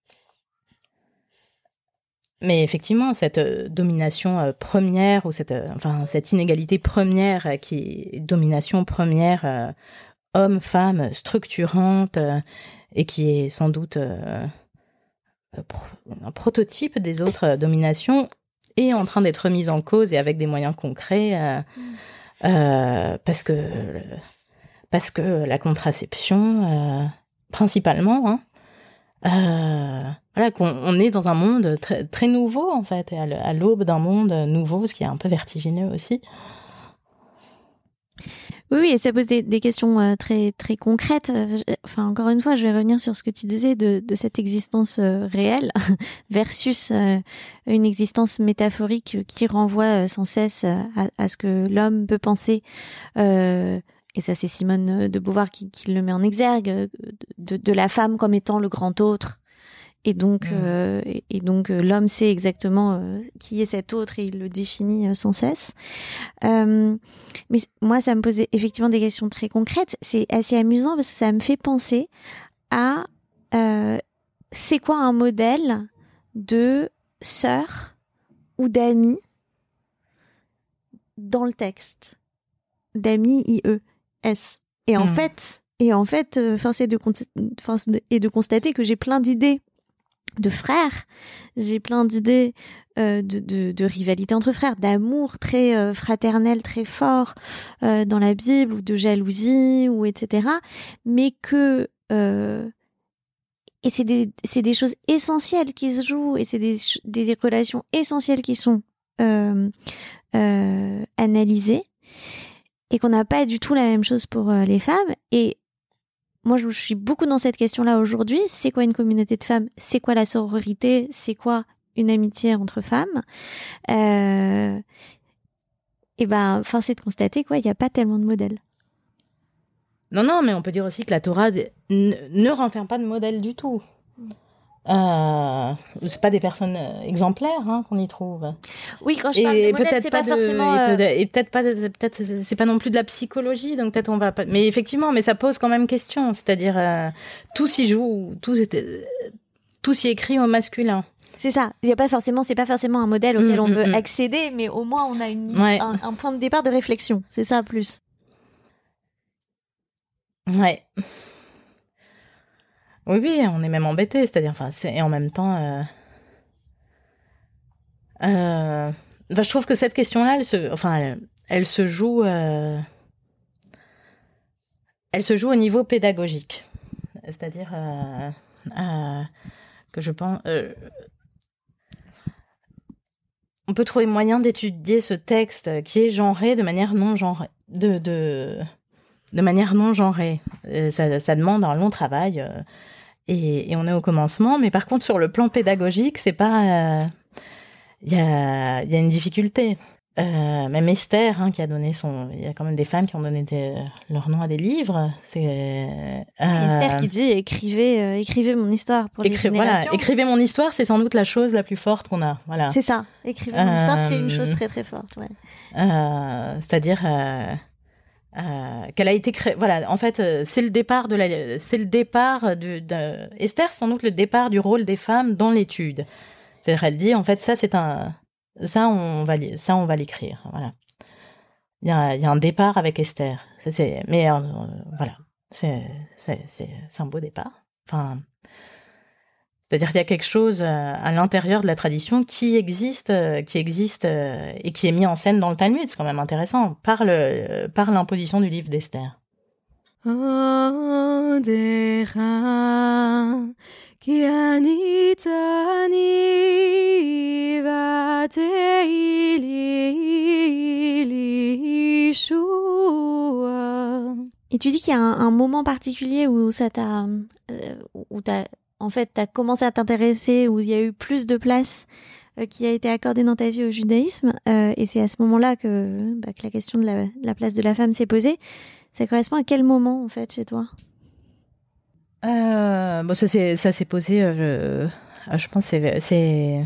Mais effectivement, cette euh, domination euh, première ou cette, euh, enfin cette inégalité première euh, qui est domination première euh, homme-femme structurante euh, et qui est sans doute euh, pro- un prototype des autres euh, dominations est en train d'être mise en cause et avec des moyens concrets euh, mmh. euh, parce que parce que la contraception euh, principalement. Hein, Euh, voilà, qu'on on est dans un monde très, très nouveau, en fait, à, à l'aube d'un monde nouveau, ce qui est un peu vertigineux aussi. Oui, oui, et ça pose des, des questions euh, très, très concrètes. Enfin, encore une fois, je vais revenir sur ce que tu disais de, de cette existence euh, réelle versus euh, une existence métaphorique qui renvoie euh, sans cesse à, à ce que l'homme peut penser. Euh, Et ça, c'est Simone de Beauvoir qui, qui le met en exergue, de, de la femme comme étant le grand autre. Et donc, mmh. euh, et, et donc euh, l'homme sait exactement euh, qui est cet autre et il le définit euh, sans cesse. Euh, mais moi, ça me posait effectivement des questions très concrètes. C'est assez amusant parce que ça me fait penser à euh, c'est quoi un modèle de sœur ou d'ami dans le texte, d'ami I E S. Et en mmh. fait, et en fait, euh, force est de, force est de constater que j'ai plein d'idées de frères. J'ai plein d'idées euh, de, de, de rivalité entre frères, d'amour très euh, fraternel, très fort euh, dans la Bible, ou de jalousie, ou et cetera. Mais que euh, et c'est des c'est des choses essentielles qui se jouent, et c'est des des relations essentielles qui sont euh, euh, analysées, et qu'on n'a pas du tout la même chose pour euh, les femmes. Et moi, je suis beaucoup dans cette question-là aujourd'hui. C'est quoi une communauté de femmes? C'est quoi la sororité? C'est quoi une amitié entre femmes? euh, Et ben, force est de constater quoi, il n'y a pas tellement de modèles. Non, non, mais on peut dire aussi que la Torah n- ne renferme pas de modèle du tout. Euh, c'est pas des personnes exemplaires hein, qu'on y trouve. Oui, quand je parle de modèle, c'est pas, pas de, forcément. Et, euh... peut- et peut-être pas, de, peut-être c'est, c'est pas non plus de la psychologie, donc peut-être on va pas. Mais effectivement, mais ça pose quand même question. C'est-à-dire, euh, tout s'y joue, tout, tout s'y écrit au masculin. C'est ça. Il y a pas forcément, c'est pas forcément un modèle auquel mmh, on veut mmh. accéder, mais au moins on a une, ouais. un, un point de départ de réflexion. C'est ça plus. Ouais. Oui, oui, on est même embêté, c'est-à-dire, enfin, c'est, et en même temps, euh, euh, enfin, je trouve que cette question-là, elle se, enfin, elle, elle se joue, euh, elle se joue au niveau pédagogique, c'est-à-dire euh, euh, que je pense, euh, on peut trouver moyen d'étudier ce texte qui est genré de manière non genrée, de, de, de manière non genrée. Ça, ça demande un long travail. Euh, Et, et on est au commencement, mais par contre sur le plan pédagogique, c'est pas, il euh, y a, il y a une difficulté. Euh, même Esther, hein, qui a donné son, il y a quand même des femmes qui ont donné des, leur nom à des livres. C'est euh, Esther qui dit écrivez, euh, écrivez mon histoire pour les écri- générations. Voilà, écrivez mon histoire, c'est sans doute la chose la plus forte qu'on a. Voilà. C'est ça. Écrivez mon euh, histoire, c'est une chose très très forte. Ouais. Euh, c'est-à-dire. Euh, Euh, qu'elle a été créée. Voilà, en fait, euh, c'est le départ de la, c'est le départ du, de Esther, sans doute le départ du rôle des femmes dans l'étude. C'est-à-dire, elle dit, en fait, ça, c'est un, ça, on va, ça, on va l'écrire. Voilà. Il y a, il y a un départ avec Esther. Ça, c'est, mais euh, voilà, c'est, c'est, c'est, c'est un beau départ. Enfin. C'est-à-dire qu'il y a quelque chose à l'intérieur de la tradition qui existe, qui existe et qui est mis en scène dans le Talmud. C'est quand même intéressant, par, le, par l'imposition du livre d'Esther. Et tu dis qu'il y a un, un moment particulier où ça t'a, euh, où t'as en fait, tu as commencé à t'intéresser, où il y a eu plus de place euh, qui a été accordée dans ta vie au judaïsme, euh, et c'est à ce moment-là que, bah, que la question de la, de la place de la femme s'est posée. Ça correspond à quel moment, en fait, chez toi? euh, Bon, ça s'est, ça s'est posé, euh, je, je pense, c'est... c'est...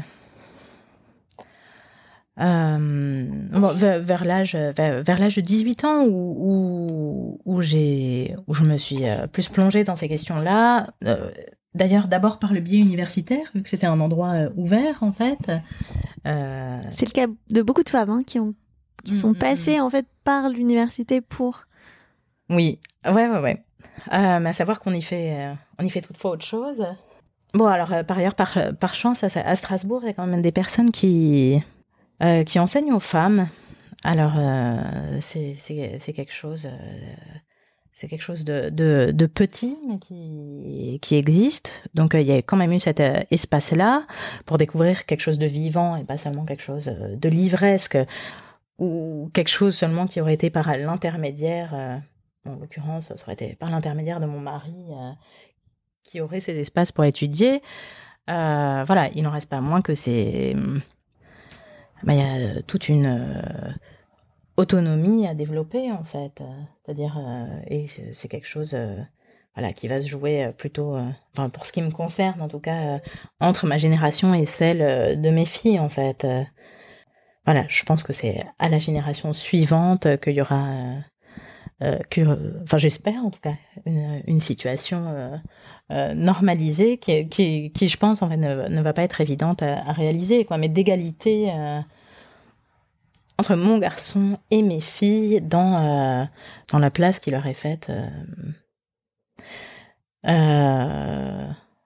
Euh, bon, vers, vers l'âge vers, vers l'âge de dix-huit ans où, où, où, j'ai, où je me suis plus plongée dans ces questions-là. Euh, D'ailleurs, d'abord par le biais universitaire, vu que c'était un endroit euh, ouvert, en fait. Euh... C'est le cas de beaucoup de femmes hein, qui, ont, qui mmh, sont passées, en fait, par l'université pour... Oui, ouais, ouais, ouais. Euh, mais à savoir qu'on y fait, euh, on y fait toutefois autre chose. Bon, alors, euh, par ailleurs, par, par chance, à, à Strasbourg, il y a quand même des personnes qui, euh, qui enseignent aux femmes. Alors, euh, c'est, c'est, c'est quelque chose... Euh, C'est quelque chose de, de, de petit, mais qui, qui existe. Donc, euh, il y a quand même eu cet euh, espace-là pour découvrir quelque chose de vivant et pas seulement quelque chose de livresque ou quelque chose seulement qui aurait été par l'intermédiaire, euh, en l'occurrence, ça aurait été par l'intermédiaire de mon mari euh, qui aurait ces espaces pour étudier. Euh, voilà, il n'en reste pas moins que c'est... Bah, il y a toute une... Euh, autonomie à développer en fait, c'est-à-dire euh, et c'est quelque chose euh, voilà qui va se jouer plutôt euh, enfin pour ce qui me concerne en tout cas euh, entre ma génération et celle euh, de mes filles en fait. Euh, voilà, je pense que c'est à la génération suivante qu'il y aura euh, euh, que enfin j'espère en tout cas une, une situation euh, euh, normalisée qui, qui qui je pense en fait ne, ne va pas être évidente à, à réaliser quoi, mais d'égalité euh, entre mon garçon et mes filles dans, euh, dans la place qui leur est faite. Euh, euh,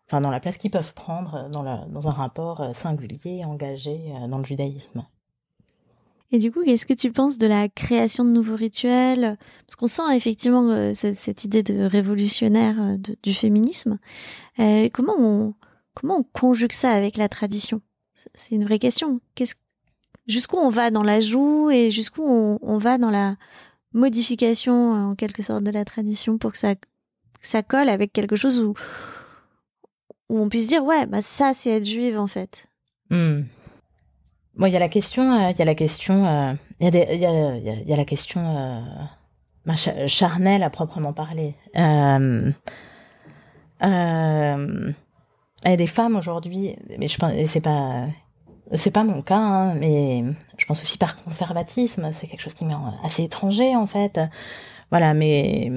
enfin dans la place qu'ils peuvent prendre dans, la, dans un rapport singulier, engagé dans le judaïsme. Et du coup, qu'est-ce que tu penses de la création de nouveaux rituels ? Parce qu'on sent effectivement euh, cette, cette idée de révolutionnaire euh, de, du féminisme. Euh, comment on comment on conjugue ça avec la tradition ? C'est une vraie question. Qu'est-ce, jusqu'où on va dans l'ajout et jusqu'où on, on va dans la modification en quelque sorte de la tradition pour que ça, que ça colle avec quelque chose où, où on puisse dire ouais, bah ça c'est être juive en fait. Mm. Bon, il y a la question, il euh, y a la question, il euh, y a des, il y a, y a, y a la question euh, bah, charnelle à proprement parler. Euh, euh, il y a des femmes aujourd'hui, mais je pense, et c'est pas, c'est pas mon cas, hein, mais je pense aussi par conservatisme, c'est quelque chose qui m'est assez étranger en fait. Voilà, mais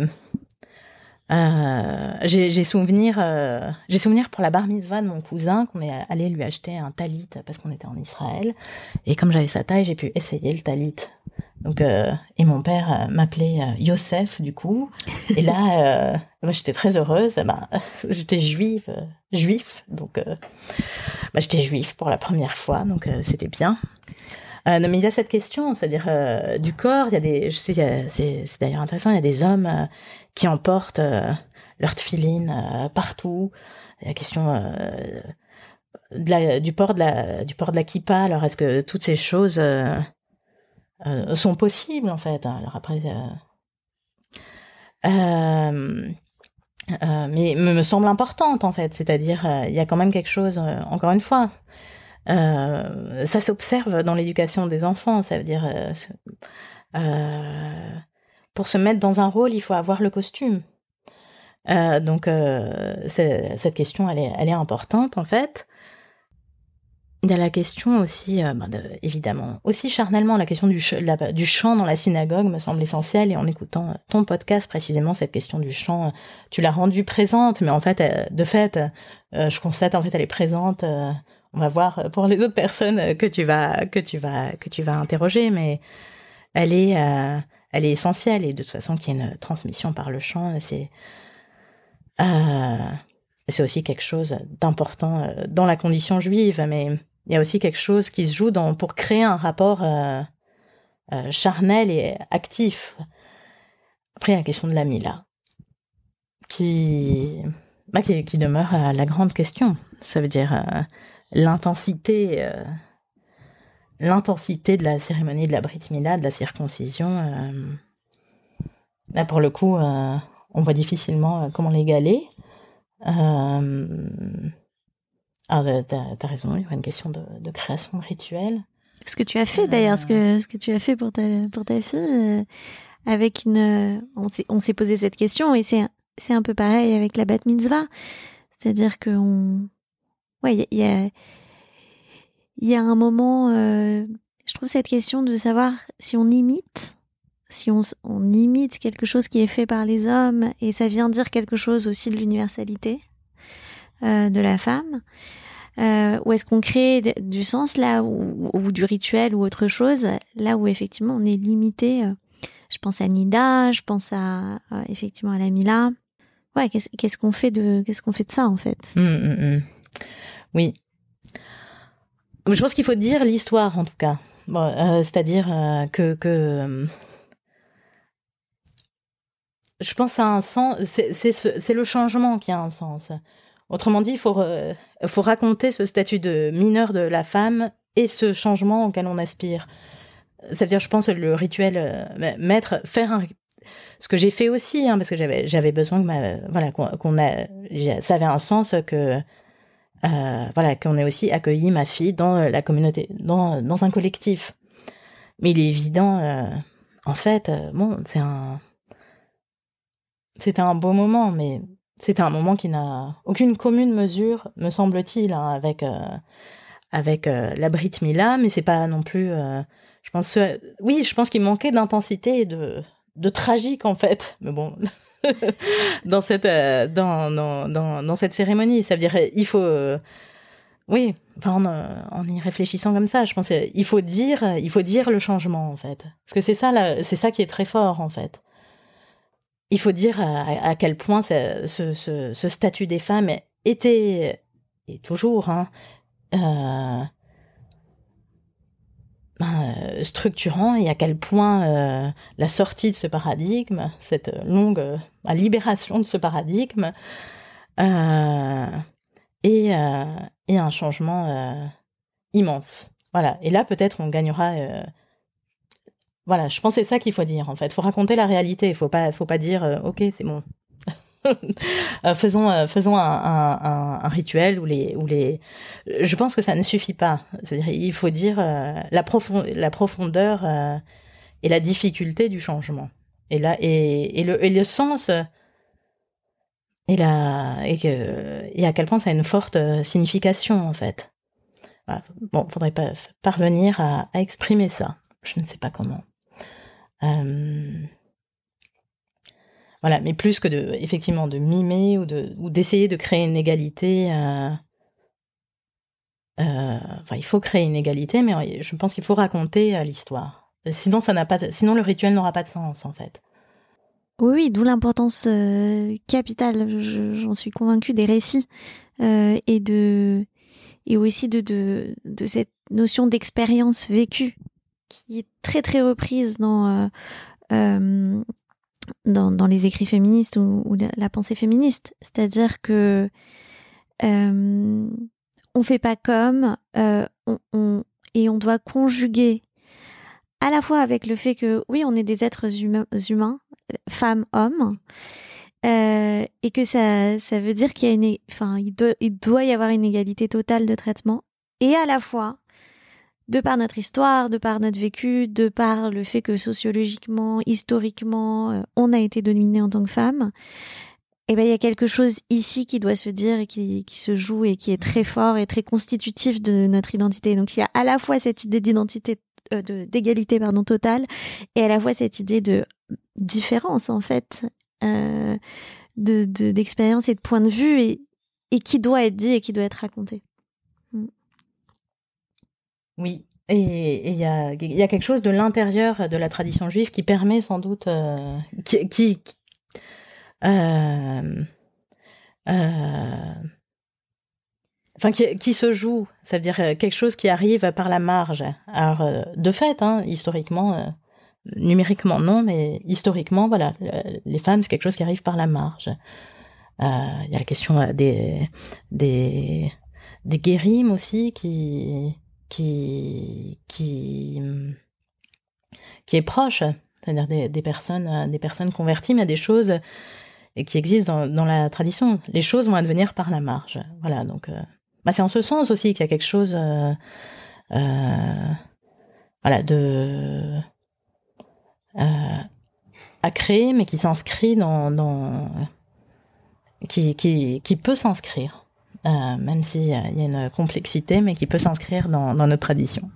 Euh, j'ai, j'ai souvenir, euh, j'ai souvenir pour la bar mitzvah de mon cousin qu'on est allé lui acheter un talit parce qu'on était en Israël. Et comme j'avais sa taille, j'ai pu essayer le talit. Donc, euh, et mon père euh, m'appelait euh, Yosef du coup. Et là, euh, moi j'étais très heureuse. Ben, j'étais juive, euh, juif, donc euh, ben, j'étais juif pour la première fois, donc euh, c'était bien. Euh, non, mais il y a cette question, c'est-à-dire euh, du corps. Il y a des, je sais, il y a, c'est, c'est d'ailleurs intéressant. Il y a des hommes euh, qui emportent euh, leur tefilin euh, partout. Il y a la question euh, de la, du port de la, du port de la kippa. Alors, est-ce que toutes ces choses euh, euh, sont possibles en fait ? Alors après, euh, euh, euh, mais me, me semble importante en fait. C'est-à-dire, euh, il y a quand même quelque chose. Euh, encore une fois. Euh, ça s'observe dans l'éducation des enfants, ça veut dire euh, euh, pour se mettre dans un rôle, il faut avoir le costume. Euh, donc euh, c'est, cette question, elle est, elle est importante en fait. Il y a la question aussi, euh, ben de, évidemment, aussi charnellement, la question du, ch- la, du chant dans la synagogue me semble essentielle. Et en écoutant ton podcast précisément, cette question du chant, tu l'as rendue présente, mais en fait, euh, de fait, euh, je constate en fait, elle est présente. Euh, On va voir pour les autres personnes que tu vas que tu vas que tu vas interroger, mais elle est euh, elle est essentielle et de toute façon qu'il y ait une transmission par le chant, c'est euh, c'est aussi quelque chose d'important dans la condition juive, mais il y a aussi quelque chose qui se joue dans pour créer un rapport euh, euh, charnel et actif. Après, il y a la question de la mila qui bah, qui, qui demeure euh, la grande question. Ça veut dire euh, l'intensité euh, l'intensité de la cérémonie de la Brit Mila, de la circoncision, euh, là pour le coup euh, on voit difficilement euh, comment l'égaler. Euh, alors t'as, t'as raison, il y aura une question de, de création de rituels. Ce que tu as fait d'ailleurs, euh... ce que ce que tu as fait pour ta pour ta fille, euh, avec une, euh, on s'est on s'est posé cette question et c'est c'est un peu pareil avec la bat mitzvah, c'est-à-dire que on, ouais, il y, y a il y a un moment, euh, je trouve cette question de savoir si on imite, si on, on imite quelque chose qui est fait par les hommes, et ça vient dire quelque chose aussi de l'universalité euh, de la femme, euh, ou est-ce qu'on crée d- du sens là, ou, ou du rituel ou autre chose, là où effectivement on est limité. Euh, je pense à Nida, je pense à euh, effectivement à la Mila. Ouais, qu'est-ce, qu'est-ce qu'on fait de, qu'est-ce qu'on fait de ça en fait ? Mmh, mmh, mmh. Oui. Je pense qu'il faut dire l'histoire en tout cas. Bon, euh, c'est-à-dire euh, que, que euh, je pense à un sens, c'est, c'est, c'est le changement qui a un sens. Autrement dit, il faut, euh, faut raconter ce statut de mineur de la femme et ce changement auquel on aspire. Ça veut dire, je pense, le rituel euh, mettre, faire un, ce que j'ai fait aussi, hein, parce que j'avais, j'avais besoin que ma, voilà, qu'on, qu'on a, ça avait un sens que Euh, voilà, qu'on ait aussi accueilli ma fille dans la communauté, dans, dans un collectif. Mais il est évident, euh, en fait, euh, bon, c'est un, c'était un beau moment, mais c'était un moment qui n'a aucune commune mesure, me semble-t-il, hein, avec, euh, avec euh, la Brit Mila, mais c'est pas non plus, euh, je pense, euh, oui, je pense qu'il manquait d'intensité et de, de tragique, en fait. Mais bon. dans cette euh, dans, dans dans dans cette cérémonie, ça veut dire il faut euh, oui, enfin en, en y réfléchissant comme ça, je pense il faut dire il faut dire le changement en fait, parce que c'est ça là, c'est ça qui est très fort en fait. Il faut dire à, à quel point ce, ce ce statut des femmes été, et toujours, hein, euh, ben, structurant, et à quel point euh, la sortie de ce paradigme, cette longue euh, libération de ce paradigme, euh, est, euh, est un changement euh, immense. Voilà. Et là, peut-être, on gagnera. Euh, voilà, je pense que c'est ça qu'il faut dire, en fait. Il faut raconter la réalité. Il ne faut pas, faut pas dire, euh, OK, c'est bon. euh, faisons euh, faisons un, un, un, un rituel où les où les je pense que ça ne suffit pas. C'est-à-dire, il faut dire euh, la profond la profondeur euh, et la difficulté du changement. Et là et, et le et le sens euh, et la et que et à quel point ça a une forte euh, signification, en fait. Voilà. Bon, faudrait pas parvenir à, à exprimer ça. Je ne sais pas comment. Euh... Voilà, mais plus que de, effectivement, de mimer ou de, ou d'essayer de créer une égalité. Euh, euh, enfin, il faut créer une égalité, mais je pense qu'il faut raconter euh, l'histoire. Sinon, ça n'a pas, sinon le rituel n'aura pas de sens, en fait. Oui, oui, d'où l'importance euh, capitale, je, j'en suis convaincue, des récits euh, et de et aussi de, de de cette notion d'expérience vécue qui est très très reprise dans euh, euh, dans, dans les écrits féministes ou, ou la, la pensée féministe, c'est-à-dire que euh, on fait pas comme euh, on, on et on doit conjuguer à la fois avec le fait que oui, on est des êtres humains, humains femmes, hommes, euh, et que ça, ça veut dire qu'il y a une, enfin, il doit, il doit y avoir une égalité totale de traitement, et à la fois, de par notre histoire, de par notre vécu, de par le fait que sociologiquement, historiquement, euh, on a été dominé en tant que femme, et ben il y a quelque chose ici qui doit se dire et qui, qui se joue et qui est très fort et très constitutif de notre identité. Donc il y a à la fois cette idée d'identité, euh, de, d'égalité pardon totale, et à la fois cette idée de différence, en fait, euh, de, de, d'expérience et de point de vue, et, et qui doit être dit et qui doit être raconté. Mm. Oui, et il y a, y a quelque chose de l'intérieur de la tradition juive qui permet sans doute, euh, qui, qui, qui euh, euh, enfin qui, qui se joue, ça veut dire quelque chose qui arrive par la marge. Alors euh, de fait, hein, historiquement, euh, numériquement non, mais historiquement, voilà, les femmes, c'est quelque chose qui arrive par la marge. Il euh, y a la question des des des guérims aussi qui qui qui qui est proche, c'est-à-dire des, des personnes des personnes converties, mais il y a des choses qui existent dans, dans la tradition. Les choses vont advenir par la marge. Voilà, donc euh, bah c'est en ce sens aussi qu'il y a quelque chose euh, euh, voilà de euh, à créer, mais qui s'inscrit dans, dans qui, qui, qui peut s'inscrire, euh, même s'il y a une complexité, mais qui peut s'inscrire dans, dans notre tradition.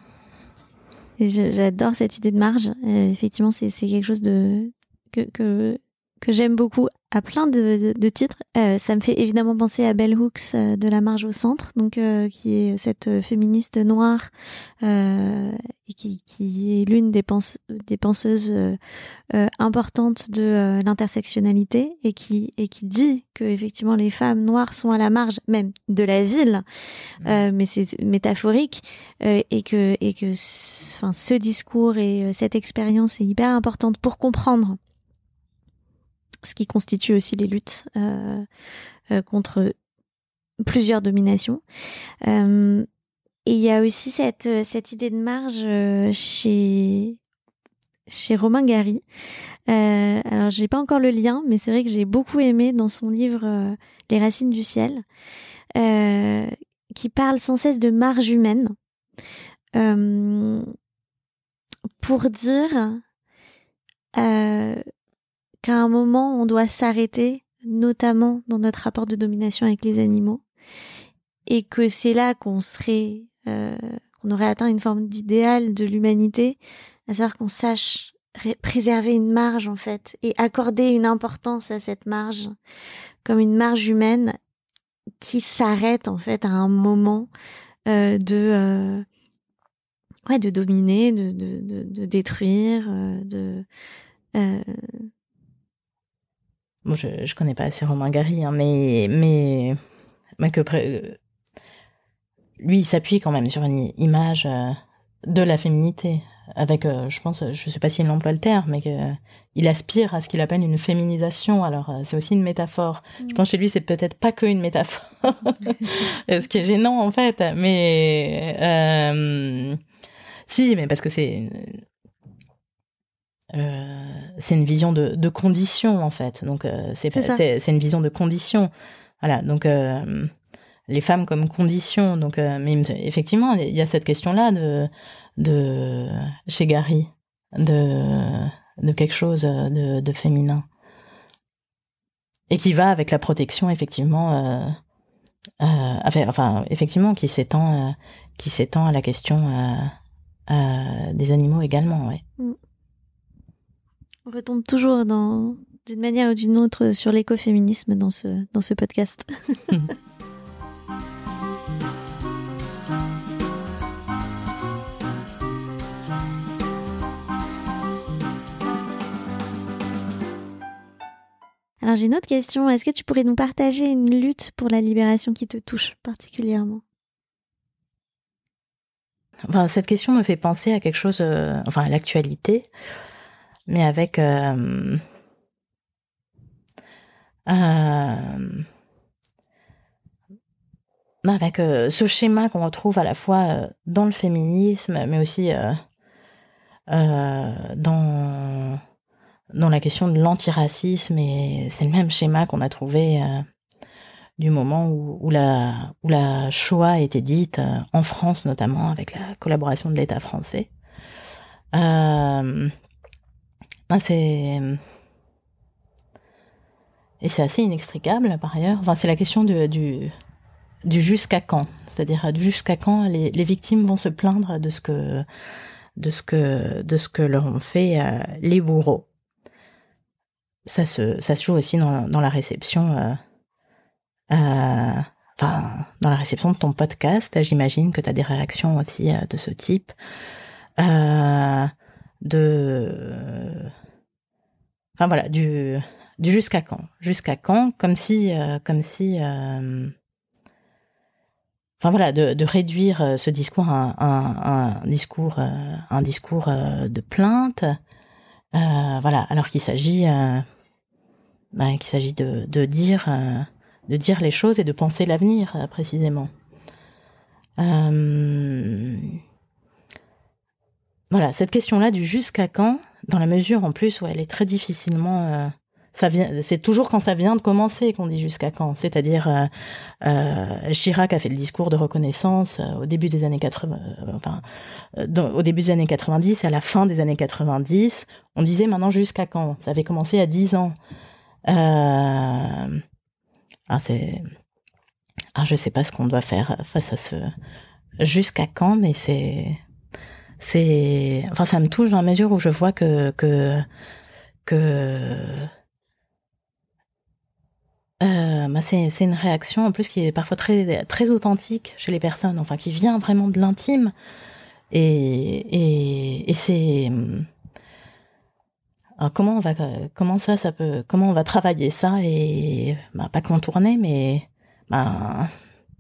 Et je, j'adore cette idée de marge. Euh, effectivement, c'est, c'est quelque chose de que, que, que j'aime beaucoup à plein de, de, de titres. Euh, ça me fait évidemment penser à Bell Hooks euh, de La Marge au Centre, donc euh, qui est cette féministe noire euh, et qui, qui est l'une des, pense, des penseuses euh, euh, importantes de euh, l'intersectionnalité, et qui et qui dit que effectivement les femmes noires sont à la marge même de la ville, euh, mais c'est métaphorique, euh, et que et que enfin ce discours et euh, cette expérience est hyper importante pour comprendre ce qui constitue aussi les luttes euh, euh, contre plusieurs dominations. Euh, et il y a aussi cette, cette idée de marge euh, chez, chez Romain Gary. Euh, alors, j'ai pas encore le lien, mais c'est vrai que j'ai beaucoup aimé dans son livre euh, Les Racines du ciel, euh, qui parle sans cesse de marge humaine, euh, pour dire euh, qu'à un moment, on doit s'arrêter, notamment dans notre rapport de domination avec les animaux, et que c'est là qu'on serait, euh, qu'on aurait atteint une forme d'idéal de l'humanité, à savoir qu'on sache ré- préserver une marge, en fait, et accorder une importance à cette marge, comme une marge humaine qui s'arrête, en fait, à un moment euh, de... Euh, ouais, de dominer, de, de, de, de détruire, euh, de... Euh, bon, je je connais pas assez Romain Gary, hein, mais mais mais que pré- lui, il s'appuie quand même sur une image euh, de la féminité, avec, euh, je pense, je sais pas s'il emploie le terme, mais que euh, il aspire à ce qu'il appelle une féminisation. Alors, euh, c'est aussi une métaphore. Mm. Je pense que chez lui, c'est peut-être pas que une métaphore, ce qui est gênant en fait. Mais euh, si, mais parce que c'est une, euh, c'est une vision de, de condition en fait. Donc, euh, c'est C'est ça. c'est c'est une vision de condition. Voilà. Donc euh, les femmes comme condition. Donc, euh, mais effectivement, il y a cette question-là de, de chez Gary, de, de quelque chose de, de féminin, et qui va avec la protection, effectivement, euh, euh, enfin, enfin, effectivement, qui s'étend, euh, qui s'étend à la question euh, euh, des animaux également, ouais. Mm. On retombe toujours dans, d'une manière ou d'une autre, sur l'écoféminisme dans ce, dans ce podcast. Alors j'ai une autre question. Est-ce que tu pourrais nous partager une lutte pour la libération qui te touche particulièrement ? Enfin, cette question me fait penser à quelque chose, euh, enfin à l'actualité, mais avec euh, euh, avec euh, ce schéma qu'on retrouve à la fois euh, dans le féminisme, mais aussi euh, euh, dans dans la question de l'antiracisme, et c'est le même schéma qu'on a trouvé euh, du moment où, où la où la Shoah a été dite euh, en France, notamment avec la collaboration de l'État français. Euh, ben c'est et c'est assez inextricable par ailleurs. Enfin, c'est la question de, du du jusqu'à quand, c'est-à-dire du jusqu'à quand les, les victimes vont se plaindre de ce que de ce que de ce que leur ont fait euh, les bourreaux. Ça se ça se joue aussi dans dans la réception. Euh, euh, Enfin, dans la réception de ton podcast, j'imagine que tu as des réactions aussi euh, de ce type. Euh, de... Enfin voilà, du, du jusqu'à quand. Jusqu'à quand, comme si... Euh, comme si euh... Enfin voilà, de, de réduire ce discours à un, un, un discours, euh, un discours euh, de plainte. Euh, voilà, alors qu'il s'agit... Euh, ben, qu'il s'agit de, de dire... Euh, de dire les choses et de penser l'avenir, euh, précisément. Euh... Voilà, cette question-là du jusqu'à quand, dans la mesure en plus où elle est très difficilement... Euh, ça vient, c'est toujours quand ça vient de commencer qu'on dit jusqu'à quand. C'est-à-dire, euh, euh, Chirac a fait le discours de reconnaissance euh, au début des années quatre-vingts, euh, enfin, euh, dans, au début des années quatre-vingt-dix, à la fin des années quatre-vingt-dix, on disait maintenant jusqu'à quand. Ça avait commencé à dix ans. Euh, ah, c'est... Ah, je sais pas ce qu'on doit faire face à ce jusqu'à quand, mais c'est, c'est, enfin, ça me touche dans la mesure où je vois que que que euh, bah c'est c'est une réaction en plus qui est parfois très très authentique chez les personnes, enfin qui vient vraiment de l'intime, et et et c'est alors comment on va comment ça ça peut comment on va travailler ça et bah pas contourner, mais bah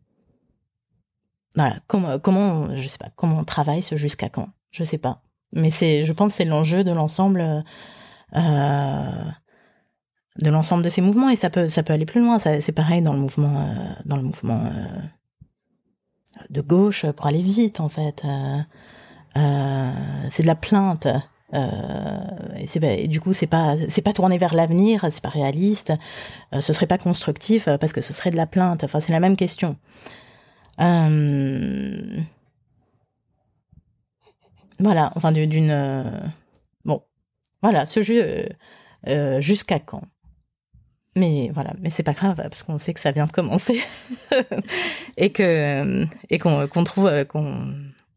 voilà, comment, comment, je sais pas, comment on travaille ce jusqu'à quand, je sais pas. Mais c'est, je pense que c'est l'enjeu de l'ensemble, euh, de l'ensemble de ces mouvements, et ça peut, ça peut aller plus loin. Ça, c'est pareil dans le mouvement, euh, dans le mouvement euh, de gauche pour aller vite, en fait. Euh, euh, c'est de la plainte. Euh, et, c'est, et du coup, c'est pas, c'est pas tourné vers l'avenir, c'est pas réaliste. Euh, ce serait pas constructif parce que ce serait de la plainte. Enfin, c'est la même question. Euh, voilà, enfin d'une... Euh, bon, voilà, ce jeu, euh, euh, jusqu'à quand. Mais voilà, mais c'est pas grave, parce qu'on sait que ça vient de commencer. et que et qu'on, qu'on trouve... qu'on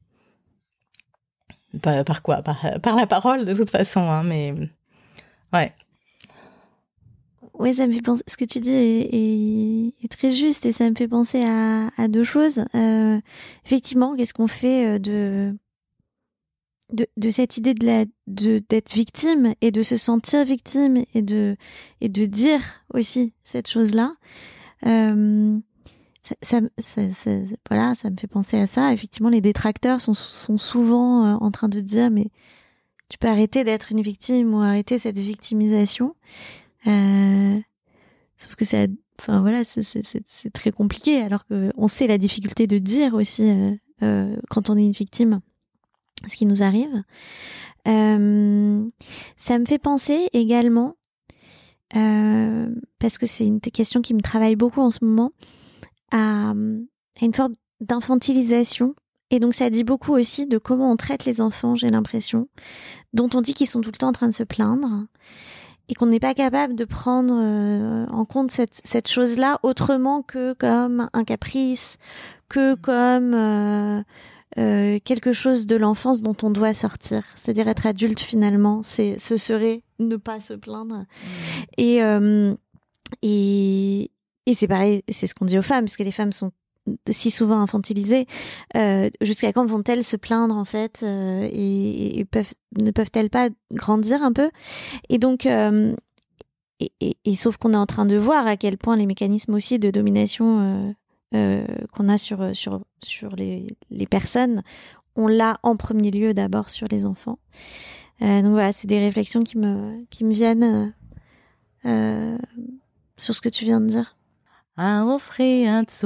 par, par quoi par, par la parole, de toute façon, hein, mais... Ouais. Oui, ça me fait penser. Ce que tu dis est, est, est très juste, et ça me fait penser à, à deux choses. Euh, effectivement, qu'est-ce qu'on fait de de, de cette idée de la, de, d'être victime et de se sentir victime et de, et de dire aussi cette chose-là. Euh, ça, ça, ça, ça, voilà, ça me fait penser à ça. Effectivement, les détracteurs sont, sont souvent euh, en train de dire, mais tu peux arrêter d'être une victime ou arrêter cette victimisation. Euh, sauf que c'est, enfin voilà, c'est, c'est, c'est, c'est très compliqué, alors que on sait la difficulté de dire aussi euh, euh, quand on est une victime ce qui nous arrive. Euh, ça me fait penser également, euh, parce que c'est une question qui me travaille beaucoup en ce moment, à, à une forme d'infantilisation. Et donc ça dit beaucoup aussi de comment on traite les enfants, j'ai l'impression, dont on dit qu'ils sont tout le temps en train de se plaindre et qu'on n'est pas capable de prendre euh, en compte cette, cette chose-là autrement que comme un caprice, que comme euh, euh, quelque chose de l'enfance dont on doit sortir. C'est-à-dire être adulte finalement, c'est, ce serait ne pas se plaindre. Mmh. Et, euh, et, et c'est pareil, c'est ce qu'on dit aux femmes, parce que les femmes sont si souvent infantilisées. Euh, jusqu'à quand vont-elles se plaindre en fait euh, et, et peuvent, ne peuvent-elles pas grandir un peu? Et donc, euh, et, et, et sauf qu'on est en train de voir à quel point les mécanismes aussi de domination euh, euh, qu'on a sur sur sur les les personnes, on l'a en premier lieu d'abord sur les enfants. Euh, donc voilà, c'est des réflexions qui me qui me viennent euh, euh, sur ce que tu viens de dire. Aofriatsu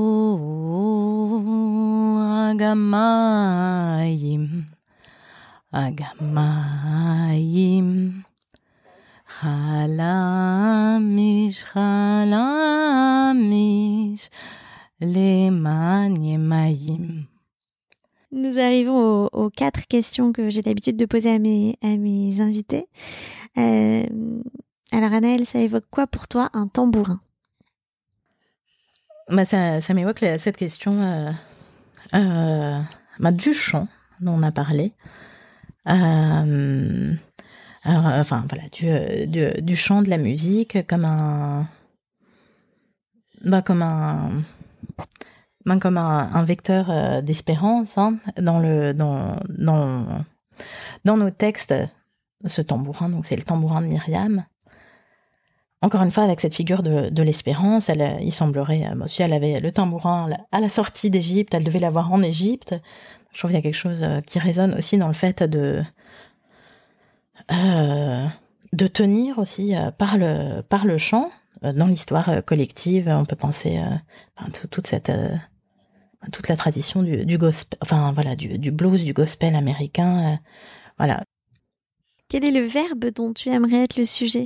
agamayim agamayim chalamish chalamish leman. Nous arrivons aux, aux quatre questions que j'ai l'habitude de poser à mes à mes invités. Euh, alors Anaëlle, ça évoque quoi pour toi un tambourin? Bah ça, ça m'évoque la, cette question euh, euh, bah, du chant dont on a parlé. Euh, alors, enfin voilà, du, du, du chant, de la musique, comme un, bah, comme un, bah, comme un, un vecteur euh, d'espérance hein, dans le, dans, dans, dans nos textes. Ce tambourin, donc c'est le tambourin de Myriam. Encore une fois, avec cette figure de, de l'espérance, elle, il semblerait, euh, si elle avait le tambourin à la sortie d'Égypte, elle devait l'avoir en Égypte. Je trouve qu'il y a quelque chose qui résonne aussi dans le fait de euh, de tenir aussi euh, par le par le chant euh, dans l'histoire euh, collective. On peut penser euh, enfin, tout, toute cette euh, toute la tradition du, du gospel, enfin voilà, du, du blues, du gospel américain, euh, voilà. Quel est le verbe dont tu aimerais être le sujet?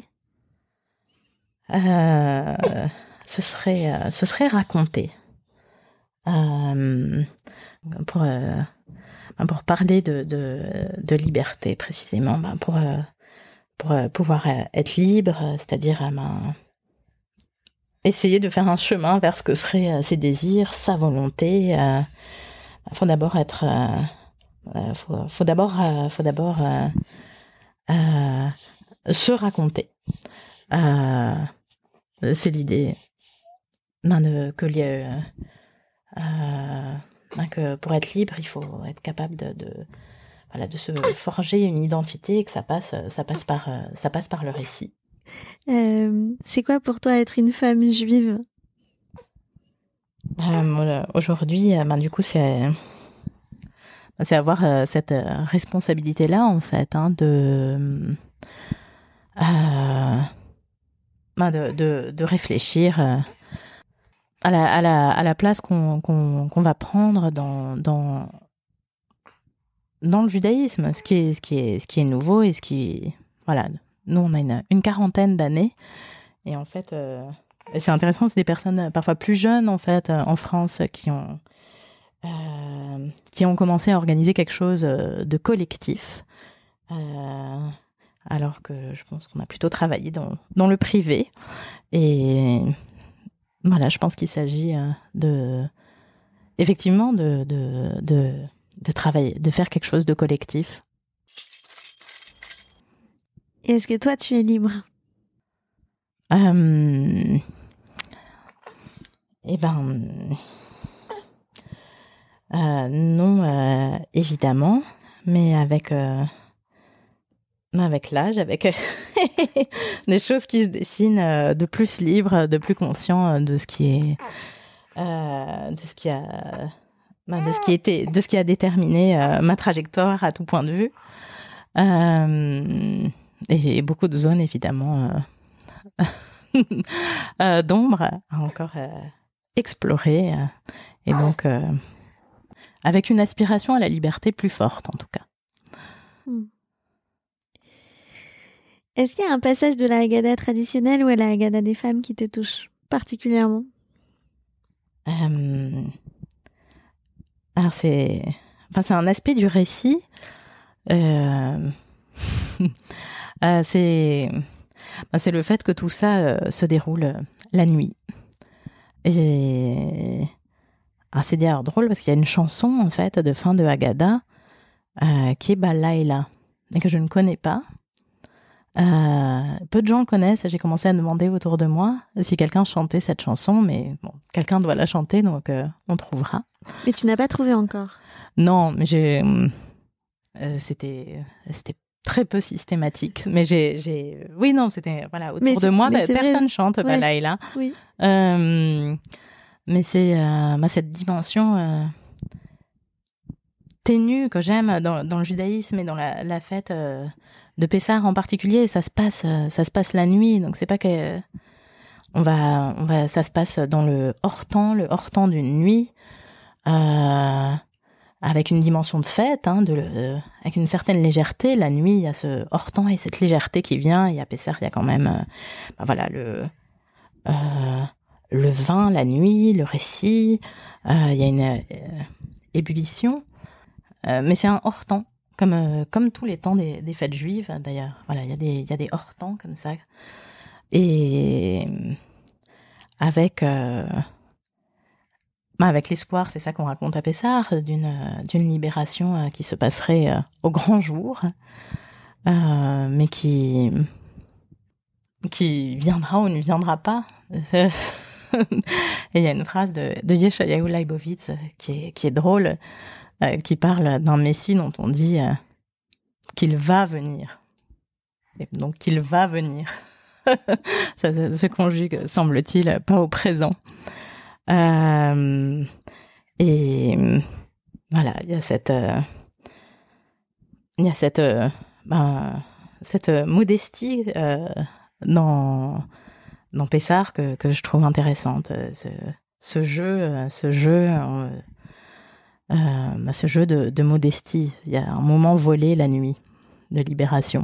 Euh, ce serait, euh, ce serait raconter. Euh, pour, euh, pour parler de, de, de liberté, précisément, ben pour, euh, pour euh, pouvoir être libre, c'est-à-dire euh, ben, essayer de faire un chemin vers ce que seraient ses désirs, sa volonté. Il euh, faut d'abord être... Euh, euh, faut, faut d'abord, euh, faut d'abord euh, euh, se raconter. Euh, c'est l'idée ben, de, que, euh, euh, ben, que pour être libre, il faut être capable de, de, voilà, de se forger une identité et que ça passe, ça passe, par, ça passe par le récit. Euh, c'est quoi pour toi être une femme juive? euh, Aujourd'hui, ben, du coup, c'est, c'est avoir cette responsabilité-là, en fait, hein, de... Euh, De, de, de réfléchir à la, à la, à la place qu'on, qu'on, qu'on va prendre dans, dans, dans le judaïsme, ce qui est, ce qui est, ce qui est nouveau et ce qui, voilà, nous on a une, une quarantaine d'années et en fait, euh, c'est intéressant, c'est des personnes parfois plus jeunes en fait en France qui ont, euh, qui ont commencé à organiser quelque chose de collectif. Euh, alors que je pense qu'on a plutôt travaillé dans, dans le privé. Et voilà, je pense qu'il s'agit de, effectivement, de, de, de, de travailler, de faire quelque chose de collectif. Et est-ce que toi, tu es libre? euh, Eh ben, euh, non, euh, évidemment. mais avec euh, avec l'âge, avec des choses qui se dessinent euh, de plus libre, de plus conscient de ce qui est euh, de ce qui a ben, de ce qui était de ce qui a déterminé euh, ma trajectoire à tout point de vue. Euh, et, et beaucoup de zones évidemment euh, euh, d'ombre à encore euh, explorer euh, et donc euh, avec une aspiration à la liberté plus forte en tout cas. Hmm. Est-ce qu'il y a un passage de la Haggadah traditionnelle ou à la Haggadah des femmes qui te touche particulièrement? euh, Alors c'est, enfin c'est un aspect du récit. Euh, euh, c'est, ben, c'est le fait que tout ça euh, se déroule euh, la nuit. Et alors c'est d'ailleurs drôle parce qu'il y a une chanson en fait de fin de Haggadah euh, qui est Balaïla et que je ne connais pas. Euh, peu de gens le connaissent. J'ai commencé à demander autour de moi si quelqu'un chantait cette chanson, mais bon, quelqu'un doit la chanter, donc euh, on trouvera. Mais tu n'as pas trouvé encore? Non, mais j'ai. Euh, c'était, c'était très peu systématique. Mais j'ai, j'ai. Oui, non, c'était voilà autour mais de moi, bah, personne vrai. chante Ouais. Balaïla. Oui. Euh, mais c'est euh, bah, cette dimension euh, ténue que j'aime dans, dans le judaïsme et dans la, la fête. Euh, de Pessah en particulier, ça se passe, ça se passe la nuit, donc c'est pas que on va, on va, ça se passe dans le hors temps, le hors temps d'une nuit, euh, avec une dimension de fête, hein, de, euh, avec une certaine légèreté. La nuit, il y a ce hors temps et cette légèreté qui vient. Et à Pessah, il y a quand même, euh, ben voilà, le, euh, le vin, la nuit, le récit. Euh, il y a une euh, ébullition, euh, mais c'est un hors temps. Comme, euh, comme tous les temps des, des fêtes juives, d'ailleurs. Voilà, il y a des, il y a des hors-temps comme ça. Et avec, euh, bah avec l'espoir, c'est ça qu'on raconte à Pessah, d'une, d'une libération euh, qui se passerait euh, au grand jour, euh, mais qui, qui viendra ou ne viendra pas. Et il y a une phrase de, de Yeshayahu Leibovitz qui est, qui est drôle, Euh, qui parle d'un Messie dont on dit euh, qu'il va venir. Et donc, qu'il va venir. ça, ça se conjugue, semble-t-il, pas au présent. Euh, et voilà, il y a cette... Euh, il y a cette... Euh, ben, cette modestie euh, dans, dans Pessah que, que je trouve intéressante. Ce, ce jeu, ce jeu... Euh, Euh, bah, ce jeu de, de modestie. Il y a un moment volé la nuit, de libération.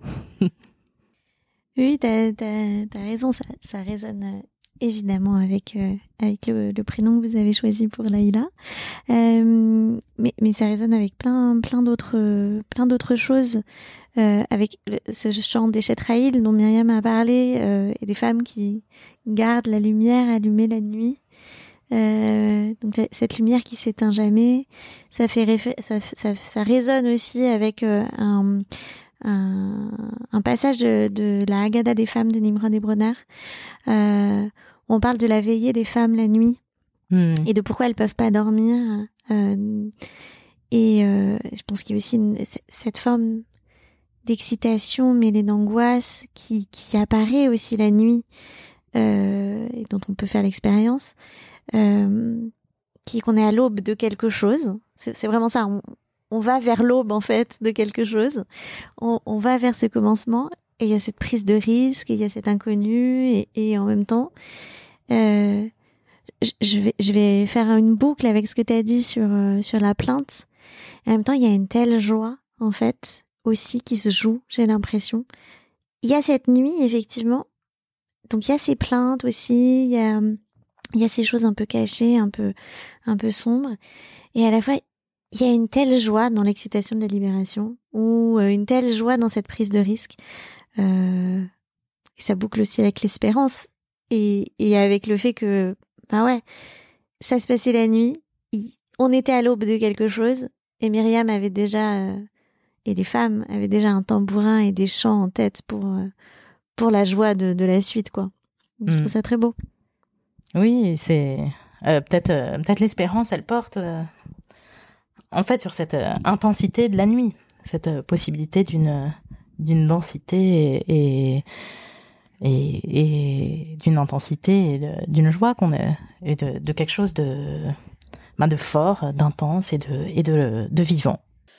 Oui, t'as, t'as, t'as raison, ça, ça résonne euh, évidemment avec, euh, avec le, le prénom que vous avez choisi pour Laïla. Euh, mais, mais ça résonne avec plein, plein, d'autres, plein d'autres choses. Euh, avec le, ce chant des Chetraïl dont Myriam a parlé, euh, et des femmes qui gardent la lumière allumée la nuit. Euh, donc cette lumière qui s'éteint jamais, ça fait réfé- ça, ça, ça résonne aussi avec euh, un, un, un passage de, de la Haggadah des femmes de Nimrod et Bronner. Euh, on parle de la veillée des femmes la nuit mmh. et de pourquoi elles peuvent pas dormir. Euh, et euh, je pense qu'il y a aussi une, cette forme d'excitation mêlée d'angoisse qui, qui apparaît aussi la nuit, euh, et dont on peut faire l'expérience. Euh, qui qu'on est à l'aube de quelque chose. C'est, c'est vraiment ça. On, on va vers l'aube en fait de quelque chose. On, on va vers ce commencement et il y a cette prise de risque, et il y a cet inconnu et, et en même temps, euh, je, je vais je vais faire une boucle avec ce que tu as dit sur euh, sur la plainte. Et en même temps, il y a une telle joie en fait aussi qui se joue. J'ai l'impression. Il y a cette nuit effectivement. Donc il y a ces plaintes aussi. Il y a Il y a ces choses un peu cachées, un peu, un peu sombres. Et à la fois, il y a une telle joie dans l'excitation de la libération, ou euh, une telle joie dans cette prise de risque. Euh, et ça boucle aussi avec l'espérance. Et, et avec le fait que, bah ouais, ça se passait la nuit. Y, on était à l'aube de quelque chose. Et Myriam avait déjà, euh, et les femmes avaient déjà un tambourin et des chants en tête pour, euh, pour la joie de, de la suite, quoi. Donc, mmh. Je trouve ça très beau. Oui, c'est euh, peut-être euh, peut-être l'espérance, elle porte euh, en fait, sur cette euh, intensité de la nuit, cette euh, possibilité d'une d'une densité et et, et, et d'une intensité et de, d'une joie qu'on a, et de, de quelque chose de ben de fort, d'intense et de et de de vivant.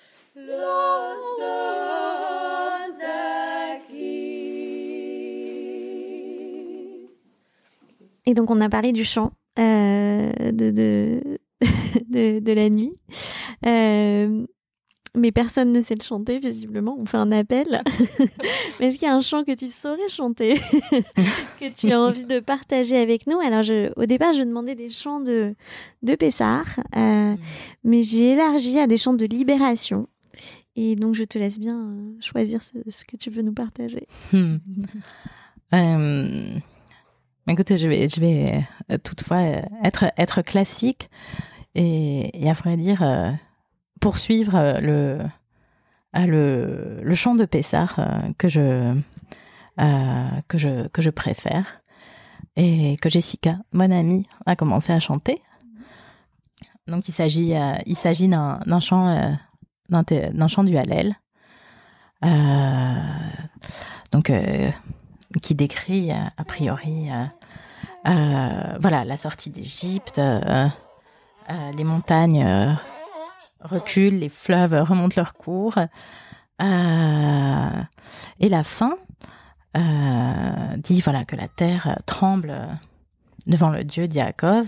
Et donc on a parlé du chant euh, de, de, de de la nuit, euh, mais personne ne sait le chanter visiblement. On fait un appel. Mais est-ce qu'il y a un chant que tu saurais chanter, que tu as envie de partager avec nous? Alors je, au départ, je demandais des chants de de Pessard, euh, mmh. mais j'ai élargi à des chants de libération. Et donc je te laisse bien choisir ce, ce que tu veux nous partager. Hmm. euh... Écoute, je vais, je vais euh, toutefois euh, être, être classique et, et à vrai dire euh, poursuivre euh, le, euh, le, le chant de Pessard euh, que je, euh, que je, que je préfère et que Jessica, mon amie, a commencé à chanter. Donc il s'agit, euh, il s'agit d'un, d'un chant, euh, d'un, d'un chant du Hallel. Euh, donc euh, qui décrit a priori euh, euh, voilà la sortie d'Égypte, euh, euh, les montagnes euh, reculent, les fleuves remontent leur cours, euh, et la fin euh, dit voilà que la terre tremble devant le Dieu de Yaakov,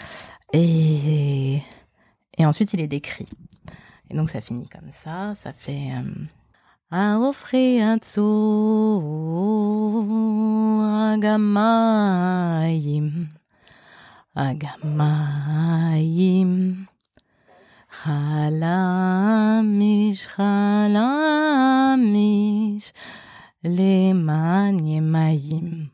et et ensuite il est décrit, et donc ça finit comme ça, ça fait euh, Aofri atzu agamayim agamayim chalamish chalamish leman yemayim.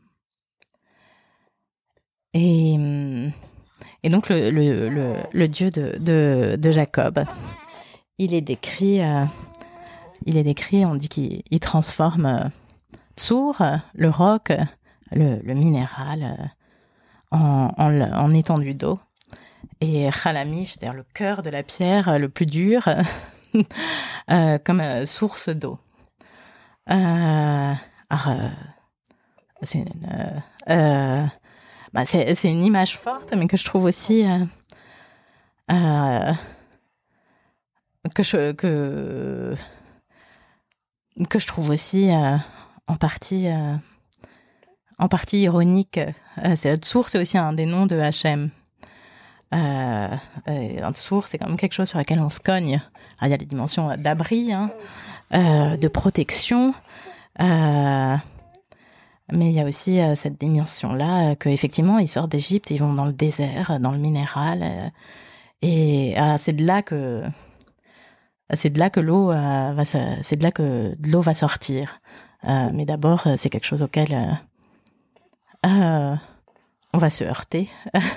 Et et donc le le le, le Dieu de de de Jacob, il est décrit euh, Il est décrit, on dit qu'il il transforme euh, Tsour, le roc, le, le minéral, euh, en, en, en étendue d'eau. Et Chalamish, c'est-à-dire le cœur de la pierre, le plus dur, euh, comme euh, source d'eau. Euh, alors, euh, c'est, une, euh, euh, bah c'est, c'est une image forte, mais que je trouve aussi... Euh, euh, que je... Que, que je trouve aussi euh, en partie euh, en partie ironique. Euh, c'est Tsour, c'est aussi un des noms de Hachem. Euh, euh, Tsour, c'est quand même quelque chose sur lequel on se cogne. Alors, il y a les dimensions d'abri, hein, euh, de protection, euh, mais il y a aussi euh, cette dimension-là euh, que effectivement ils sortent d'Égypte, ils vont dans le désert, dans le minéral, euh, et euh, c'est de là que C'est de là que l'eau euh, va, c'est de là que l'eau va sortir. Euh, mais d'abord, c'est quelque chose auquel euh, euh, on va se heurter.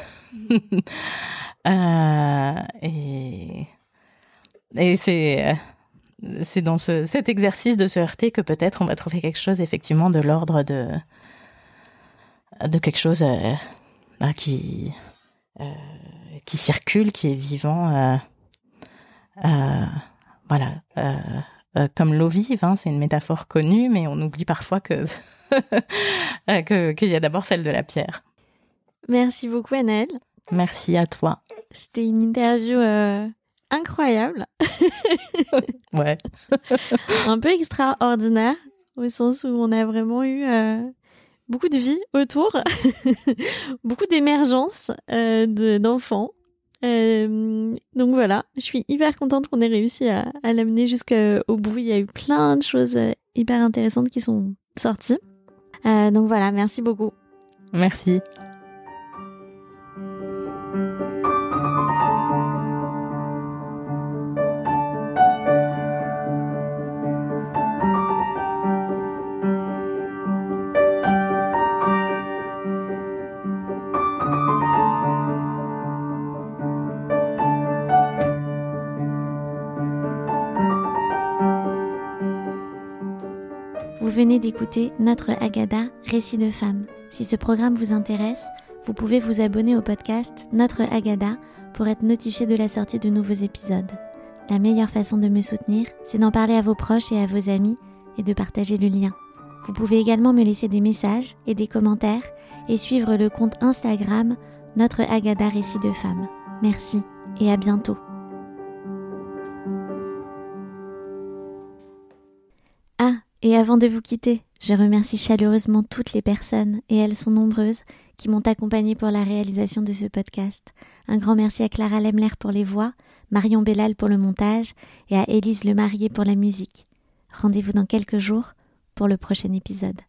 euh, et et c'est c'est dans ce, cet exercice de se heurter que peut-être on va trouver quelque chose effectivement de l'ordre de de quelque chose euh, bah, qui euh, qui circule, qui est vivant. Euh, euh, Voilà, euh, euh, comme l'eau vive, hein, c'est une métaphore connue, mais on oublie parfois que, que qu'il y a d'abord celle de la pierre. Merci beaucoup, Anaëlle. Merci à toi. C'était une interview euh, incroyable. Ouais. Un peu extraordinaire, au sens où on a vraiment eu euh, beaucoup de vie autour, beaucoup d'émergence euh, de, d'enfants. Euh, donc voilà, je suis hyper contente qu'on ait réussi à, à l'amener jusqu'au bout. Il y a eu plein de choses hyper intéressantes qui sont sorties. Euh, donc voilà, merci beaucoup. Merci. Vous venez d'écouter Notre Haggadah, Récits de femmes. Si ce programme vous intéresse, vous pouvez vous abonner au podcast Notre Haggadah pour être notifié de la sortie de nouveaux épisodes. la meilleure façon de me soutenir, c'est d'en parler à vos proches et à vos amis et de partager le lien. Vous pouvez également me laisser des messages et des commentaires et suivre le compte Instagram Notre Haggadah Récit de Femmes. Merci et à bientôt. Ah, et avant de vous quitter, je remercie chaleureusement toutes les personnes, et elles sont nombreuses, qui m'ont accompagnée pour la réalisation de ce podcast. Un grand merci à Clara Lemler pour les voix, Marion Bellal pour le montage et à Élise Lemarié pour la musique. Rendez-vous dans quelques jours pour le prochain épisode.